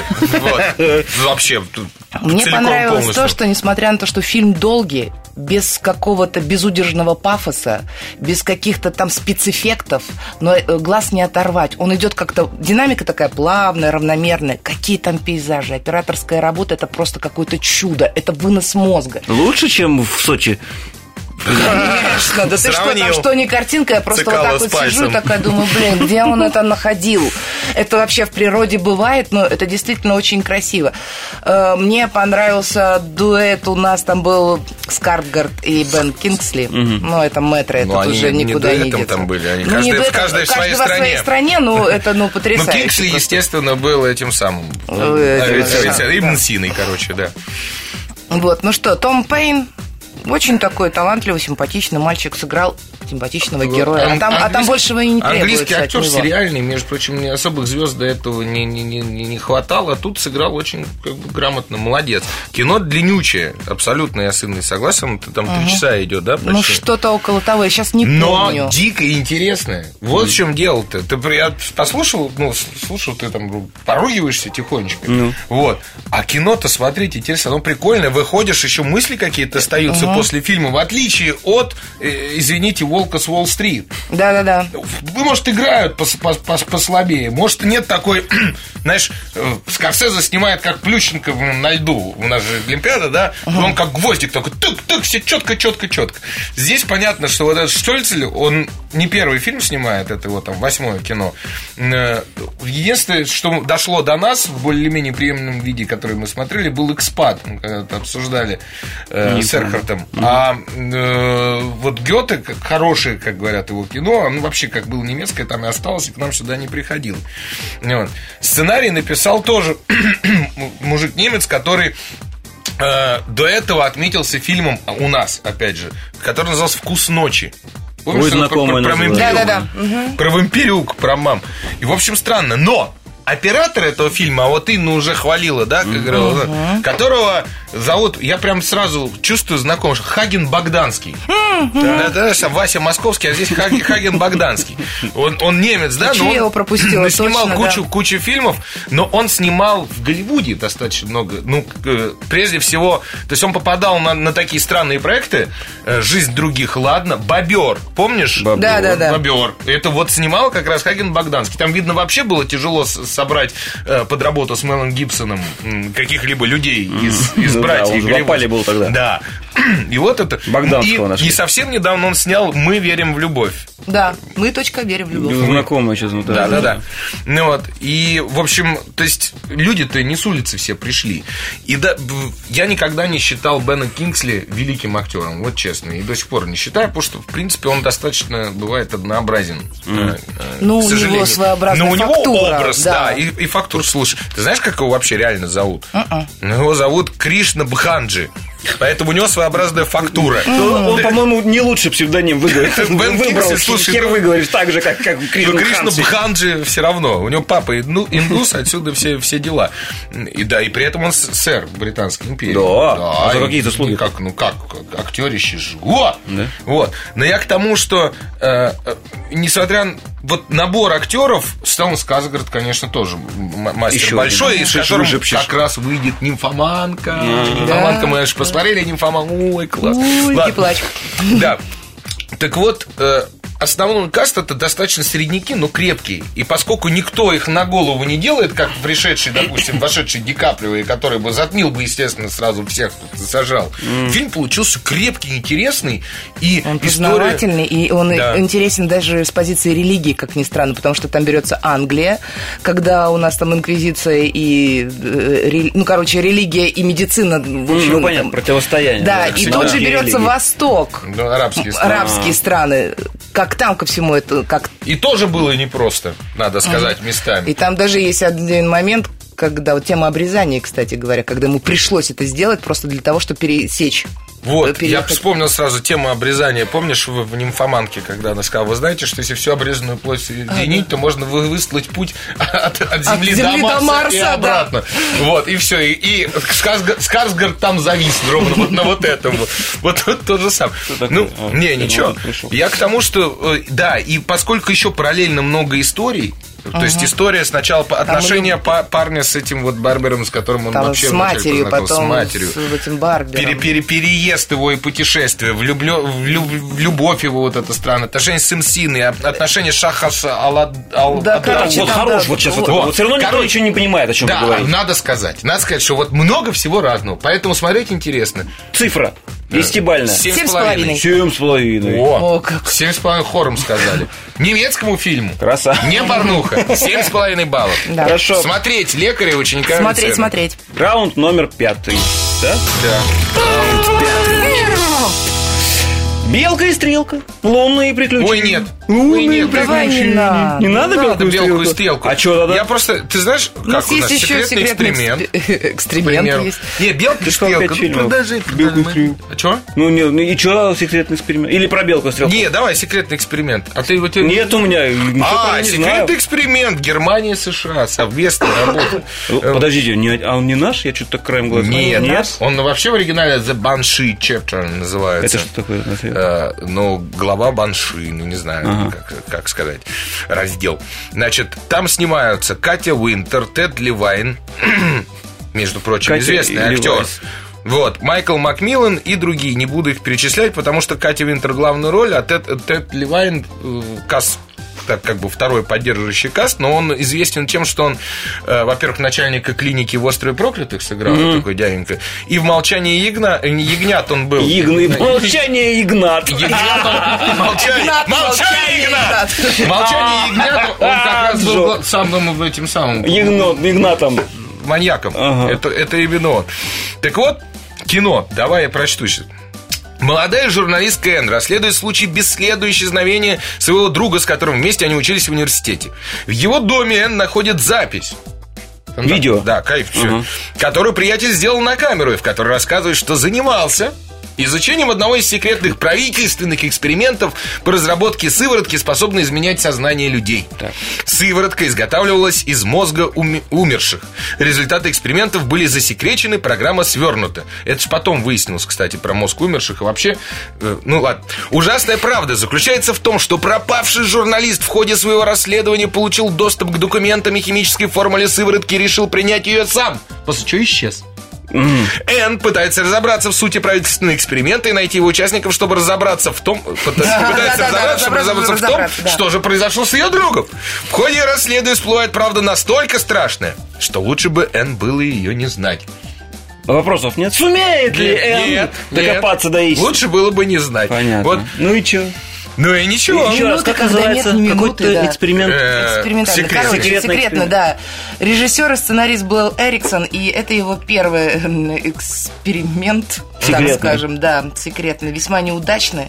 Вообще,
мне понравилось то, что, несмотря на то, что фильм долгий, без какого-то безудержного пафоса, без каких-то там спецэффектов, но глаз не оторвать. Он идет как-то... Динамика такая плавная, равномерная. Какие там пейзажи. Операторская работа – это просто какое-то чудо. Это вынос мозга.
Лучше, чем в Сочи?
Конечно, да ты что, там что не картинка, я просто вот так вот сижу и такая думаю, блин, где он это находил? Это вообще в природе бывает, но это действительно очень красиво. Мне понравился дуэт, у нас там был Скарсгард и Бен Кингсли, ну это мэтр, это уже никуда не деться.
Там были, они каждый в каждой своей стране.
в своей стране, ну это ну потрясающе.
Ну Кингсли, естественно, был этим самым Ибн Синой, короче, да.
Вот, ну что, Том Пейн очень такой талантливый, симпатичный мальчик, сыграл симпатичного героя. А там, а там большего и не требуется.
Английский актер
от него.
сериальный, между прочим, не особых звезд до этого не, не, не, не хватало. Тут сыграл очень как бы, грамотно, молодец. Кино длиннючее, абсолютно, я с Инной согласен. Это там три угу. часа идет, да? Почти?
Ну, что-то около того, я сейчас не
Но
помню.
Но дико интересное. Вот mm. в чем дело-то. Ты я послушал, ну, слушал, ты там поругиваешься тихонечко. Mm. Вот. А кино-то, смотрите, интересно, оно прикольное. Выходишь, еще мысли какие-то остаются uh-huh. после фильма, в отличие от, э, извините, «Волка с Уолл-стрит».
Да-да-да.
Вы, может, играют послабее, может, нет такой, знаешь, Скорсезе снимает как Плющенко на льду, у нас же Олимпиада, да, uh-huh. он как гвоздик такой, тык-тык, все четко, четко, четко. Здесь понятно, что вот этот Штольцель, он не первый фильм снимает, это его там восьмое кино. Единственное, что дошло до нас в более-менее приемлемом виде, который мы смотрели, был «Экспат», мы когда-то обсуждали э, с Эрхартом. Mm-hmm. А э, вот Гёте, хорошее, как говорят, его кино, оно вообще как было немецкое, там и осталось, и к нам сюда не приходило. Вот. Сценарий написал тоже мужик-немец, который э, до этого отметился фильмом у нас, опять же, который назывался «Вкус ночи». Помнишь, про, про, про, вампирюк, да, да, да. Угу. про вампирюк, про мам. И, в общем, странно. Но оператор этого фильма, а вот Инна уже хвалила, да, как говорила, uh-huh. которого зовут, я прям сразу чувствую знакомый, Хаген Богданский. Uh-huh. Да, да, да, Вася Московский, а здесь Хаген, Хаген Богданский. Он, он немец, да, но он
его пропустила,
снимал
точно,
кучу,
да.
кучу фильмов, но он снимал в Голливуде достаточно много. Ну, прежде всего, то есть он попадал на, на такие странные проекты. «Жизнь других», ладно, «Бобер», помнишь?
Бобер. Да, да, да.
«Бобер». Это вот снимал как раз Хаген Богданский. Там, видно, вообще было тяжело собрать э, под работу с Мелом Гибсоном каких-либо людей из, из
ну,
братьев.
Да, он в опале был тогда.
Да. И вот это.
Богданского
и,
нашли.
и совсем недавно он снял «Мы верим в любовь».
Да, мы точка верим в любовь.
Знакомые сейчас. Вот,
да, да, да. Ну вот. И, в общем, то есть люди-то не с улицы все пришли. И да, я никогда не считал Бена Кингсли великим актером, вот честно. И до сих пор не считаю, потому что, в принципе, он достаточно бывает однообразен.
Mm. Ну, у него своеобразная
фактура.
Но у него
образ, да, да и, и фактура. Слушай, ты знаешь, как его вообще реально зовут? Uh-uh. Его зовут Кришна Бханджи. Поэтому у него своеобразная фактура.
Mm. Он, по-моему, не лучший псевдоним выбрал. Выбрал, слушай, хер выговоришь так же, как Кришна Бханджи.
Кришна Бханджи все равно. У него папа индус, отсюда все, все дела. И да, и при этом он сэр Британской империи.
Да,
да
а за какие заслуги?
Как, ну как, актерище же. Вот. Да? Вот. Но я к тому, что э, несмотря на вот набор актеров, Стеллан Скарсгард, конечно, тоже мастер еще большой, из которого как раз выйдет «Нимфоманка». Mm. «Нимфоманка», да. Мы аж посмотрели «Нимфоманку». Ой, класс.
Ой, не плачь.
Да. Так вот, э, основной каст это достаточно средняки, но крепкие. И поскольку никто их на голову не делает, как пришедший, допустим, вошедший Ди Каприо, который бы затмил бы, естественно, сразу всех сажал. Mm. Фильм получился крепкий, интересный. И
он познавательный,
история...
и он
да.
интересен даже с позиции религии, как ни странно, потому что там берется Англия, когда у нас там инквизиция и, ну, короче, религия и медицина. В общем,
ну, понятно, противостояние.
Да, да и тут же берется религии. Восток.
Ну, арабские страны.
Арабские страны. Как там ко всему это... Как...
И тоже было непросто, надо сказать, uh-huh. местами.
И там даже есть один момент, когда вот тема обрезания, кстати говоря, когда ему пришлось это сделать просто для того, чтобы пересечь.
Вот, переехать. Я вспомнил сразу тему обрезания. Помнишь в, в «Нимфоманке», когда она сказала, вы знаете, что если всю обрезанную плоть соединить, а, да. то можно выстлать путь от, от, земли, от земли до, Марса до Марса и обратно. Да. Вот, и все. И, и Скарсгард, Скарсгард там завис ровно вот на вот этом. Вот, вот, вот то же самое. Ну, а, не, ничего. Я к тому, что, да, и поскольку еще параллельно много историй, то есть uh-huh. история сначала отношения люди... парня с этим вот Барбером, с которым он
там
вообще
с матерью, потом
с матерью,
с этим Барбером.
Пере, пере, переезд его и путешествие, влюблё, влюб, любовь его вот это странное, отношения с Симсиной, отношения Шаха с Аллад... Ал...
Да, короче,
вот хорош, да. вот сейчас вот, вот, вот все равно никто короче, ничего не понимает, о чем
да,
вы говорите.
надо сказать, надо сказать, что вот много всего разного, поэтому смотреть интересно.
Цифра. Десятибальная.
Семь с половиной.
Семь с половиной.
О, как. Семь с половиной хором сказали. Немецкому фильму.
Краса.
Не порнуха. Семь с половиной баллов.
Да.
Хорошо.
Смотреть «Лекаря» ученика.
Смотреть,
офицера.
смотреть.
Раунд номер пятый. Да?
Да.
Раунд пятый. Белка и стрелка. Лунные приключения.
Ой, нет.
Ну,
и нет,
давай не надо.
Не надо белку и
белку и
стрелку?
стрелку.
А что тогда?
Я просто, ты знаешь, как
У нас
у
есть
нас
еще
секретный эксперимент.
Эксперимент есть.
Не, белка и
Ты что,
стрелка.
опять
Ну,
фильмов?
подожди,
Белку и
подожди.
стрелку.
А что?
Ну, не, ну и что секретный эксперимент? Или про белку и стрелку?
Не, давай, секретный эксперимент. А ты вот...
Нет у меня, ничего
А,
про не
секретный
знаю.
эксперимент. Германия и США. Совместная работа.
Подождите, не- а он не наш? Я что-то так краем глаза.
Нет,
Нет?
он вообще в оригинале The Banshee Chapter называется.
Это что такое?
Э, ну, глава Банши, ну, не знаю,
Ага.
как, как сказать, раздел. Значит, там снимаются Катя Уинтер, Тед Левайн, между прочим,
Катя
известный
и
актер.
Левайс.
Вот, Майкл Макмиллан и другие. Не буду их перечислять, потому что Катя Уинтер главную роль, а Тед, Тед Левайн э, каст, так как бы второй поддерживающий каст, но он известен тем, что он, э, во-первых, начальника клиники в «Острове проклятых» сыграл, mm-hmm. такой дяденька, и в «Молчании ягна, э, ягнят» он был.
Игны, молчание Игнат.
Ягнят он- Молчание,
Игнат,
молчание,
молчание,
Игнат!
Игнат.
Молчание ягнят, он как раз был гла- самым этим самым
Игнат, Игнатом.
маньяком.
Ага.
Это, это именно он. Так вот, кино. Давай я прочту сейчас. Молодая журналистка Энн расследует случай бесследного исчезновения своего друга, с которым вместе они учились в университете. В его доме Энн находит запись.
Видео?
Да, кайф, все.
Ага.
Которую приятель сделал на камеру, и в которой рассказывает, что занимался изучением одного из секретных правительственных экспериментов по разработке сыворотки, способной изменять сознание людей.
Так.
Сыворотка изготавливалась из мозга уми- умерших. Результаты экспериментов были засекречены, программа свернута. Это же потом выяснилось, кстати, про мозг умерших. И вообще, э, ну ладно. Ужасная правда заключается в том, что пропавший журналист в ходе своего расследования получил доступ к документам и химической формуле сыворотки и решил принять ее сам. После чего исчез. Mm. Энн пытается разобраться в сути правительственного эксперимента и найти его участников, чтобы разобраться в том, пытается разобраться, чтобы разобраться в том, что же произошло с ее другом. В ходе расследования всплывает правда настолько страшная, что лучше бы Энн было ее не знать.
Вопросов нет? Сумеет ли Энн
Нет,
докопаться
нет.
до истины?
Лучше было бы не знать.
Понятно.
Вот.
Ну и что?
Ну и ничего.
Еще раз, как
когда
называется?
нет ни минуты,
Какой-то
да.
эксперимент?
Э,
Экспериментально.
секрет-
Короче,
секретный
секретно,
эксперимент.
да. Режиссер и сценарист был Эриксон, и это его первый м, эксперимент,
Секретный.
так скажем, да, секретный, весьма неудачный.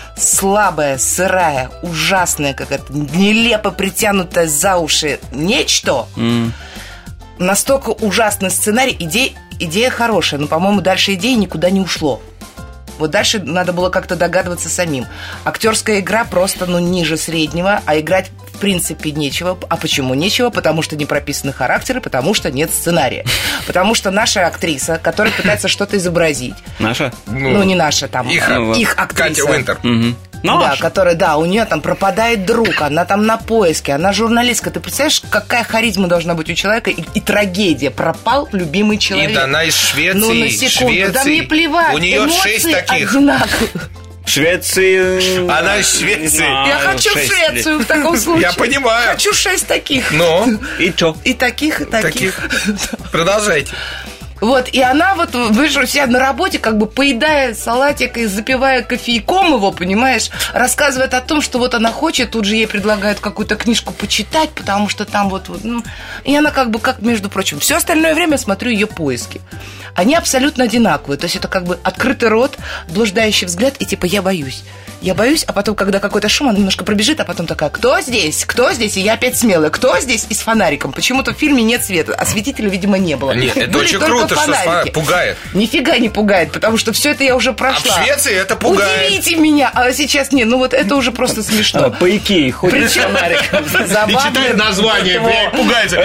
Слабая, сырая, ужасная какая-то, нелепо притянутая за уши нечто.
М.
Настолько ужасный сценарий, идея, идея хорошая, но, по-моему, дальше идеи никуда не ушло. Вот дальше надо было как-то догадываться самим. Актерская игра просто, ну, ниже среднего, а играть в принципе нечего. А почему нечего? Потому что не прописаны характеры, потому что нет сценария. Потому что наша актриса, которая пытается что-то изобразить,
Наша?
ну, не наша там,
Их,
их актриса.
Катя Уинтер.
Мгм.
Да,
Наша.
которая, да, у нее там пропадает друг, она там на поиске, она журналистка. Ты представляешь, какая харизма должна быть у человека и, и трагедия. Пропал любимый человек.
И она из Швеции.
Ну, на секунду,
Швеции.
да мне плевать.
У нее
эмоции
шесть таких.
одинаковые.
В Швеции...
Она из Швеции.
Не знаю,
Я хочу в
шесть
Швецию в таком случае.
Я понимаю.
Хочу шесть таких.
Ну,
лет. И что?
И таких, и таких.
продолжайте.
Вот, и она вот, выжила себя на работе, как бы поедая салатик и запивая кофейком его, понимаешь, рассказывает о том, что вот она хочет, тут же ей предлагают какую-то книжку почитать, потому что там вот, вот ну, и она как бы, как, между прочим, все остальное время смотрю ее поиски. Они абсолютно одинаковые, то есть это как бы открытый рот, блуждающий взгляд, и типа я боюсь. Я боюсь, а потом, когда какой-то шум, она немножко пробежит, а потом такая, кто здесь? Кто здесь? И я опять смелая. Кто здесь? И с фонариком. Почему-то в фильме нет света, осветителя, видимо, не было.
Нет, это
Были
очень
только
круто, что
фонарики.
пугает.
Нифига не пугает, потому что все это я уже
А
прошла.
в Швеции это пугает.
Удивите меня, а сейчас нет, ну вот это уже просто
А,
смешно.
По Икее ходит с фонариком.
И
Забавно.
читает название, блядь, пугается.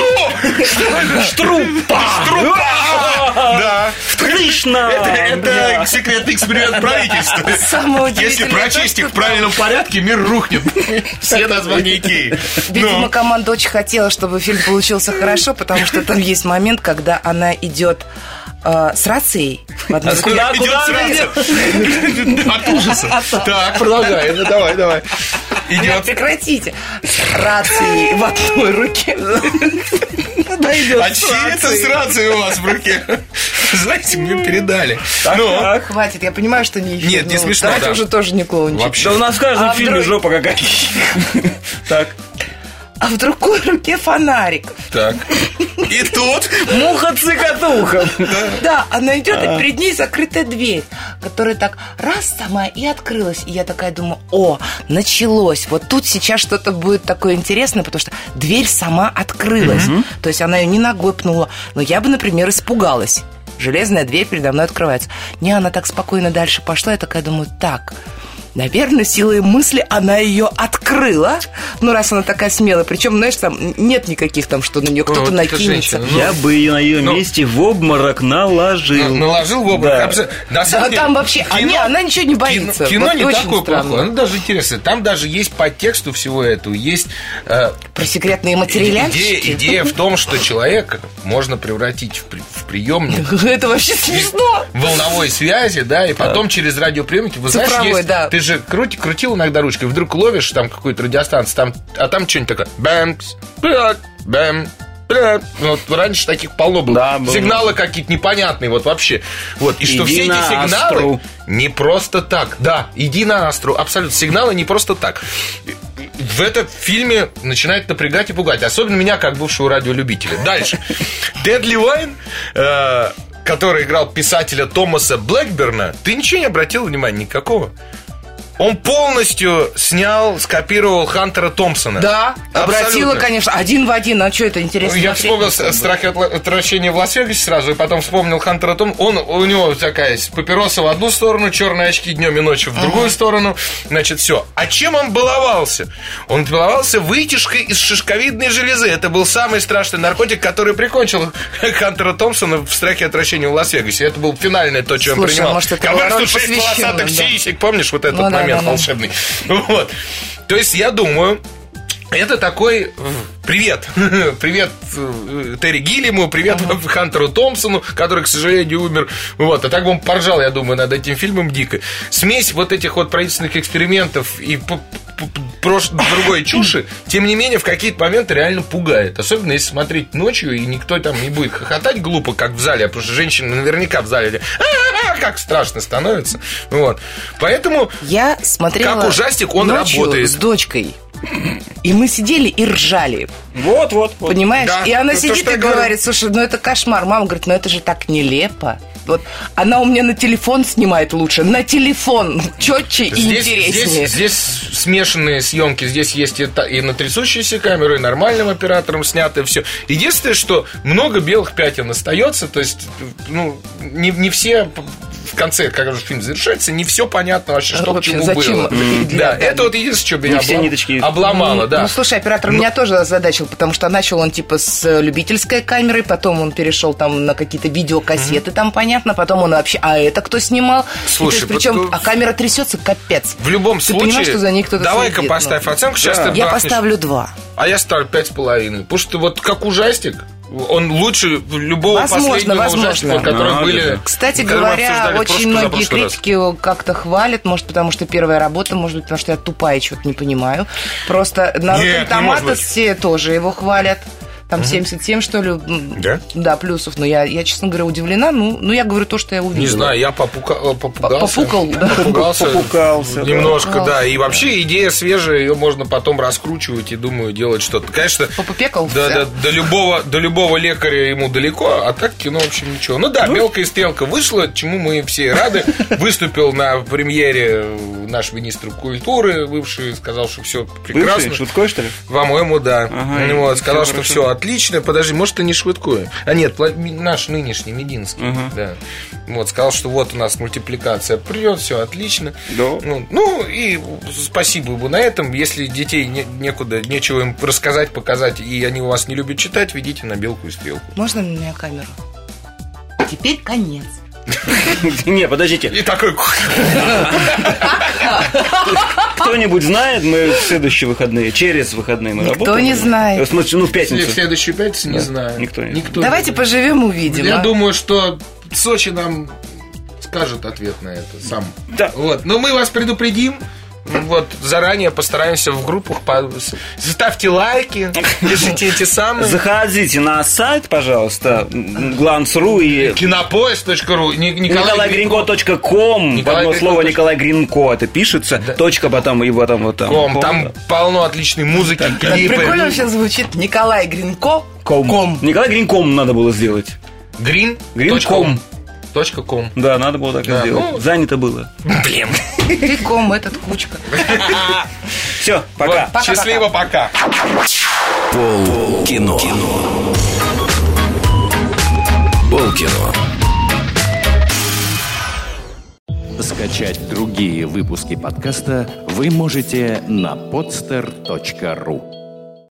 Штрупа!
Да.
Втрышно!
Это, это секретный эксперимент правительства.
Самое
Если
удивительное
прочесть
то,
их в
что
правильном порядке, мир рухнет. Все названия Икеи.
Видимо,
Ну.
команда очень хотела, чтобы фильм получился хорошо, потому что там есть момент, когда она идет э, с рацией. в одной руке.
Куда,
Идет
куда она
сразу. От ужаса. Так, продолжай. Ну, давай, давай.
Нет,
Идет.
прекратите. С рацией в одной руке. Она идет
А
с
чьи это с
рацией.
рацией у вас в руке? Знаете, мне передали. Ну,
Так.
Хватит, я понимаю, что не эфир.
Нет, не
но
смешно,
давайте
да.
уже тоже не клоунчик.
Вообще.
Да у нас в каждом
А
фильме
вдруг-
жопа какая. Так.
а в другой руке фонарик.
Так. И тут
Муха-цикатуха.
Да, она идет, и перед ней закрытая дверь, которая так раз сама и открылась. И я такая думаю, о, началось. Вот тут сейчас что-то будет такое интересное, потому что дверь сама открылась. То есть она ее не ногой пнула. Но я бы, например, испугалась. Железная дверь передо мной открывается. Не, она так спокойно дальше пошла. Я такая думаю, так... Наверное, силой мысли она ее открыла. Ну, раз она такая смелая. Причем, знаешь, там нет никаких там, что на нее кто-то
вот
накинется.
женщина, ну,
Я бы ее на ее
ну,
месте в обморок наложил.
На- наложил в обморок.
Да.
На самом
Да,
деле,
там вообще... а, не, она ничего не боится.
Кино, кино
Вот
не
очень
такое
странно.
плохое. Оно даже интересно. Там даже есть подтекст у всего этого. Есть э,
Про секретные
идея,
материальчики.
идея в том, что человека можно превратить в, при- в приемник
Это вообще смешно.
волновой связи, да, и потом через радиоприемники. Вы знаешь,
Цифровой,
есть,
да.
ты же крути, крутил иногда ручкой, вдруг ловишь там какую-то радиостанцию, там, а там что-нибудь такое. Бэмс, бэм, бэм. Ну, вот раньше таких полно было.
Да, было.
Сигналы какие-то непонятные, вот вообще. Вот, и что
Иди
все эти
на
сигналы
Астру.
не просто так. Да, иди на Астру. Абсолютно. Сигналы не просто так. В этом фильме начинает напрягать и пугать. Особенно меня, как бывшего радиолюбителя. Дальше. Дедли Вайн, э, который играл писателя Томаса Блэкберна, ты ничего не обратил внимания никакого? Он полностью снял, скопировал Хантера Томпсона.
Да, обратила,
Абсолютно.
конечно, один в один. А что это интересно?
Я
смотреть?
вспомнил «Страх и отвращение в Лас-Вегасе» сразу, и потом вспомнил Хантера Томпсона. Он, у него такая папироса в одну сторону, черные очки днем и ночью в другую сторону. Значит, все. А чем он баловался? Он баловался вытяжкой из шишковидной железы. Это был самый страшный наркотик, который прикончил Хантера Томпсона в «Страхе и отвращении в Лас-Вегасе». Это был финальное то, что он
Слушай,
принимал.
может, это
Как
была
раз
роль
тут шесть
посвященная,
полосатых
да.
сисек, помнишь вот этот
Ну, да,
момент
да, да.
волшебный? Вот. То есть я думаю, это такой привет. Привет э, Терри Гиллиму, привет uh-huh. Хантеру Томпсону, который, к сожалению, умер. Вот. А так бы он поржал, я думаю, над этим фильмом дико. Смесь вот этих вот правительственных экспериментов и другой чуши, тем не менее, в какие-то моменты реально пугает. Особенно если смотреть ночью, и никто там не будет хохотать глупо, как в зале, потому что женщины наверняка в зале а-а-а, как страшно становится. Вот. Поэтому
Я смотрела
как ужастик, он
ночью
работает.
с дочкой. И мы сидели и ржали.
Вот, вот, вот.
Понимаешь?
Да,
и она
то,
сидит
что я
и
говорю.
говорит, слушай, ну это кошмар. Мама говорит, ну это же так нелепо. Вот она у меня на телефон снимает лучше. На телефон. Четче и
Здесь,
интереснее.
здесь, здесь смешанные съемки. Здесь есть и, та- и на трясущейся камеры, и нормальным оператором снято все. Единственное, что много белых пятен остается. То есть, ну, не, не все в конце, когда же фильм завершается, не все понятно вообще, что
Вообще,
к чему
зачем
было.
определять,
Да,
да.
это вот единственное, что меня
Не все
облом-
ниточки.
обломало, да.
Ну, слушай, оператор меня тоже озадачил, потому что начал он типа с любительской камерой, потом он перешел там на какие-то видеокассеты, там понятно, потом он вообще, а это кто снимал?
Слушай,
причем,
вот,
а камера трясется, капец.
В любом
Ты
случае,
понимаешь, что за ней кто-то
давай-ка
следит,
поставь
ну.
оценку. Сейчас
Да.
ты
Я
бахнешь.
поставлю два.
А я ставлю пять с половиной. Потому что вот как ужастик, он лучше любого
Возможно,
последнего
возможно.
ужастика, которые
А,
были.
да.
Кстати
которые мы
говоря,
обсуждали в
очень
прошлый-
многие
позапрошлый раз.
критики его как-то хвалят, может, потому что первая работа, может быть, потому что я тупая, что-то не понимаю. Просто на
Нет,
Rotten
не может
Tomatoes
быть.
все тоже его хвалят. Там семьдесят семь, что ли, м,
Да?
да, плюсов. Но я, я, честно говоря, удивлена. Ну, ну, я говорю то, что я увидела.
Не знаю, я попука- попугался.
Попукал, да.
Попугался.
Попукался, да.
Немножко, да. И вообще идея свежая, ее можно потом раскручивать и, думаю, делать что-то. Конечно,
Попупекал?
до, до, до, любого, до любого лекаря ему далеко, а так кино, в общем, ничего. Ну да, «Белка и стрелка» вышла, чему мы все рады. Выступил на премьере наш министр культуры, бывший, сказал, что все прекрасно.
Бывший? Шуткой, что ли?
По-моему, да.
Ага,
вот,
всё
сказал, что
хорошо.
все отлично. Подожди, может, и не Швыдкой. А нет, пла- ми- наш нынешний Мединский.
Ага.
Да. Вот, сказал, что вот у нас мультипликация придет, все отлично.
Да.
Ну, ну, и спасибо ему на этом. Если детей не- некуда, нечего им рассказать, показать, и они у вас не любят читать, ведите на «Белку и стрелку».
Можно на меня камеру? Теперь конец.
Не, подождите.
И такой...
Кто-нибудь знает, мы в следующие выходные, через выходные мы
Никто
работаем?
не знает.
В смысле, ну, в
В
пятницу.
следующую пятницу не
Да,
знаю.
никто не знает.
Давайте
не
поживем, увидим.
знает. Я
а?
думаю, что Сочи нам скажет ответ на это сам.
Да.
Вот. Но мы вас предупредим. Вот заранее постараемся в группах. По... Ставьте лайки, пишите эти самые.
Заходите на сайт, пожалуйста, гланс точка ру и
кинопоиск точка ру,
николай гринько точка ком. В одно слово Николай Гринько. Это пишется, да. Точка потом и потом вот там.
Ком. Там полно отличной музыки,
так,
клипы.
Так прикольно вообще звучит Николай Гринько.
Ком. Ком. Николай Гринком надо было сделать.
Грин.
Гринком.
Точка ком.
Да, надо было так и
да,
сделать.
Ну,
занято было.
Блин.
Гринком, этот кучка.
Все, пока.
Вот, счастливо, пока.
Полкино. Полкино. Скачать другие выпуски подкаста вы можете на podster точка ру.